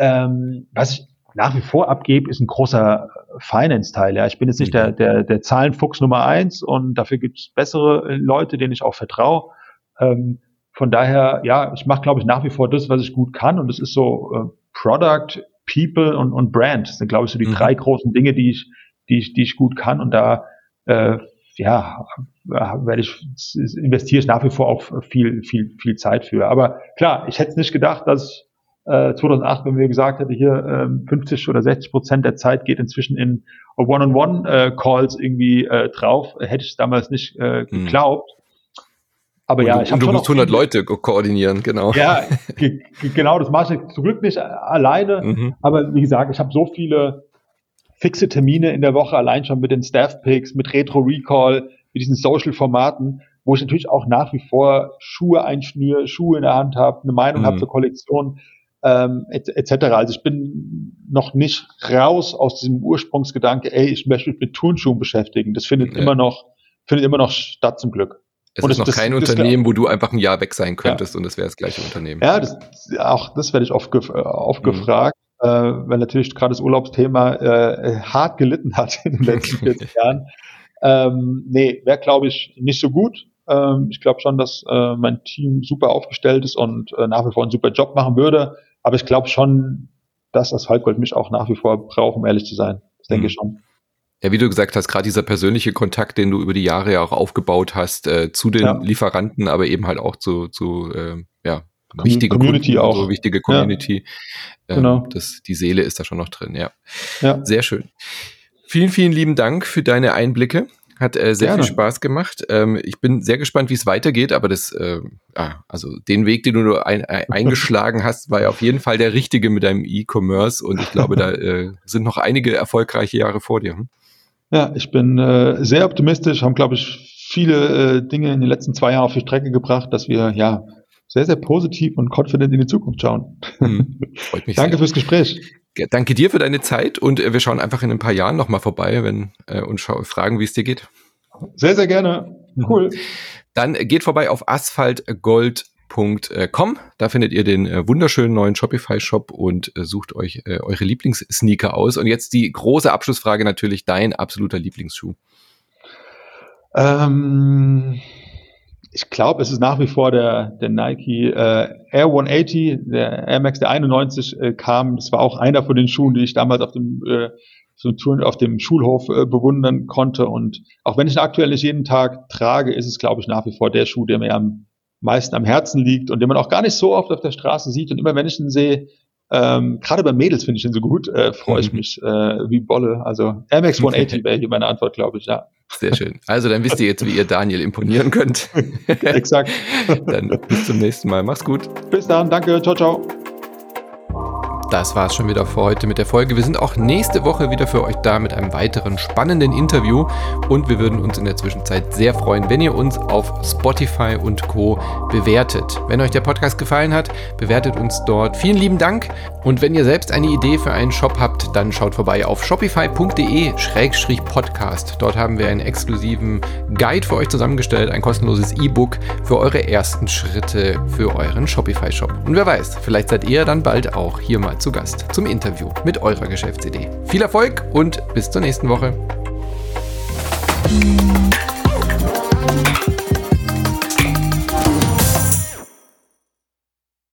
ähm, was ich nach wie vor abgebe, ist ein großer Finance-Teil. Ja, ich bin jetzt nicht mhm. der der der Zahlenfuchs Nummer eins und dafür gibt es bessere Leute, denen ich auch vertraue. Ähm, Von daher, ja, ich mache, glaube ich, nach wie vor das, was ich gut kann. Und das ist so äh, Product, People und, und Brand. Das sind, glaube ich, so die mhm. drei großen Dinge, die ich, die ich, die ich gut kann. Und da, äh, ja, werde ich, investiere ich nach wie vor auch viel, viel, viel Zeit für. Aber klar, ich hätte es nicht gedacht, dass äh, zweitausendacht, wenn wir gesagt hätte, hier äh, fünfzig oder sechzig Prozent der Zeit geht inzwischen in One-on-One-Calls äh, irgendwie äh, drauf, hätte ich es damals nicht äh, geglaubt. Mhm. Aber und ja, du, ich habe schon du musst hundert Leute ko- koordinieren, genau. Ja, ge- ge- genau, das mache ich zum Glück nicht alleine. Mhm. Aber wie gesagt, ich habe so viele fixe Termine in der Woche, allein schon mit den Staff-Picks, mit Retro-Recall, mit diesen Social-Formaten, wo ich natürlich auch nach wie vor Schuhe einschnüre, Schuhe in der Hand habe, eine Meinung mhm. habe zur Kollektion, ähm, et, et cetera. Also ich bin noch nicht raus aus diesem Ursprungsgedanke, ey, ich möchte mich mit Turnschuhen beschäftigen. Das findet ja. immer noch, findet immer noch statt, zum Glück. Es und ist das, noch kein das, Unternehmen, das, wo du einfach ein Jahr weg sein könntest ja. und das wäre das gleiche Unternehmen. Ja, das, auch das werde ich oft, gef- oft mhm. gefragt, äh, weil natürlich gerade das Urlaubsthema äh, hart gelitten hat in den letzten vierzig Jahren. Ähm, nee, wäre, glaube ich, nicht so gut. Ähm, ich glaube schon, dass äh, mein Team super aufgestellt ist und äh, nach wie vor einen super Job machen würde. Aber ich glaube schon, dass das Falkgold mich auch nach wie vor braucht, um ehrlich zu sein. Das denke mhm. ich schon. Ja, wie du gesagt hast, gerade dieser persönliche Kontakt, den du über die Jahre ja auch aufgebaut hast, äh, zu den ja. Lieferanten, aber eben halt auch zu, zu äh, ja, Com- wichtigen Community Kunden, auch. So wichtige Community. Ja. Genau. Ähm, das, die Seele ist da schon noch drin, ja. ja. Sehr schön. Vielen, vielen lieben Dank für deine Einblicke. Hat äh, sehr Gerne. viel Spaß gemacht. Ähm, ich bin sehr gespannt, wie es weitergeht, aber das, äh, ah, also den Weg, den du ein, ein, eingeschlagen hast, war ja auf jeden Fall der richtige mit deinem E-Commerce und ich glaube, da äh, sind noch einige erfolgreiche Jahre vor dir. Hm? Ja, ich bin äh, sehr optimistisch, haben, glaube ich, viele äh, Dinge in den letzten zwei Jahren auf die Strecke gebracht, dass wir ja sehr, sehr positiv und confident in die Zukunft schauen. Hm, freut mich Danke sehr. fürs Gespräch. Danke dir für deine Zeit und äh, wir schauen einfach in ein paar Jahren nochmal vorbei wenn, äh, und schau, fragen, wie es dir geht. Sehr, sehr gerne. Cool. Dann geht vorbei auf asphaltgold punkt com. Da findet ihr den äh, wunderschönen neuen Shopify-Shop und äh, sucht euch äh, eure Lieblingssneaker aus. Und jetzt die große Abschlussfrage natürlich, dein absoluter Lieblingsschuh. Ähm, Ich glaube, es ist nach wie vor der, der Nike äh, Air hundertachtzig, der Air Max der einundneunzig äh, kam. Das war auch einer von den Schuhen, die ich damals auf dem äh, so Touren auf dem Schulhof äh, bewundern konnte. Und auch wenn ich ihn aktuell nicht jeden Tag trage, ist es, glaube ich, nach wie vor der Schuh, der mir am meisten am Herzen liegt und den man auch gar nicht so oft auf der Straße sieht. Und immer wenn ich ihn sehe, ähm, gerade bei Mädels finde ich ihn so gut, äh, freue ich mich äh, wie Bolle. Also Air Max hundertachtzig wäre hier meine Antwort, glaube ich, ja. Sehr schön. Also dann wisst ihr jetzt, wie ihr Daniel imponieren könnt. Exakt. Dann bis zum nächsten Mal. Mach's gut. Bis dann. Danke. Ciao, ciao. Das war's schon wieder für heute mit der Folge. Wir sind auch nächste Woche wieder für euch da mit einem weiteren spannenden Interview und wir würden uns in der Zwischenzeit sehr freuen, wenn ihr uns auf Spotify und Co. bewertet. Wenn euch der Podcast gefallen hat, bewertet uns dort. Vielen lieben Dank und wenn ihr selbst eine Idee für einen Shop habt, dann schaut vorbei auf shopify punkt de slash podcast. Dort haben wir einen exklusiven Guide für euch zusammengestellt, ein kostenloses E-Book für eure ersten Schritte für euren Shopify-Shop. Und wer weiß, vielleicht seid ihr dann bald auch hier mal zu Gast zum Interview mit eurer Geschäftsidee. Viel Erfolg und bis zur nächsten Woche.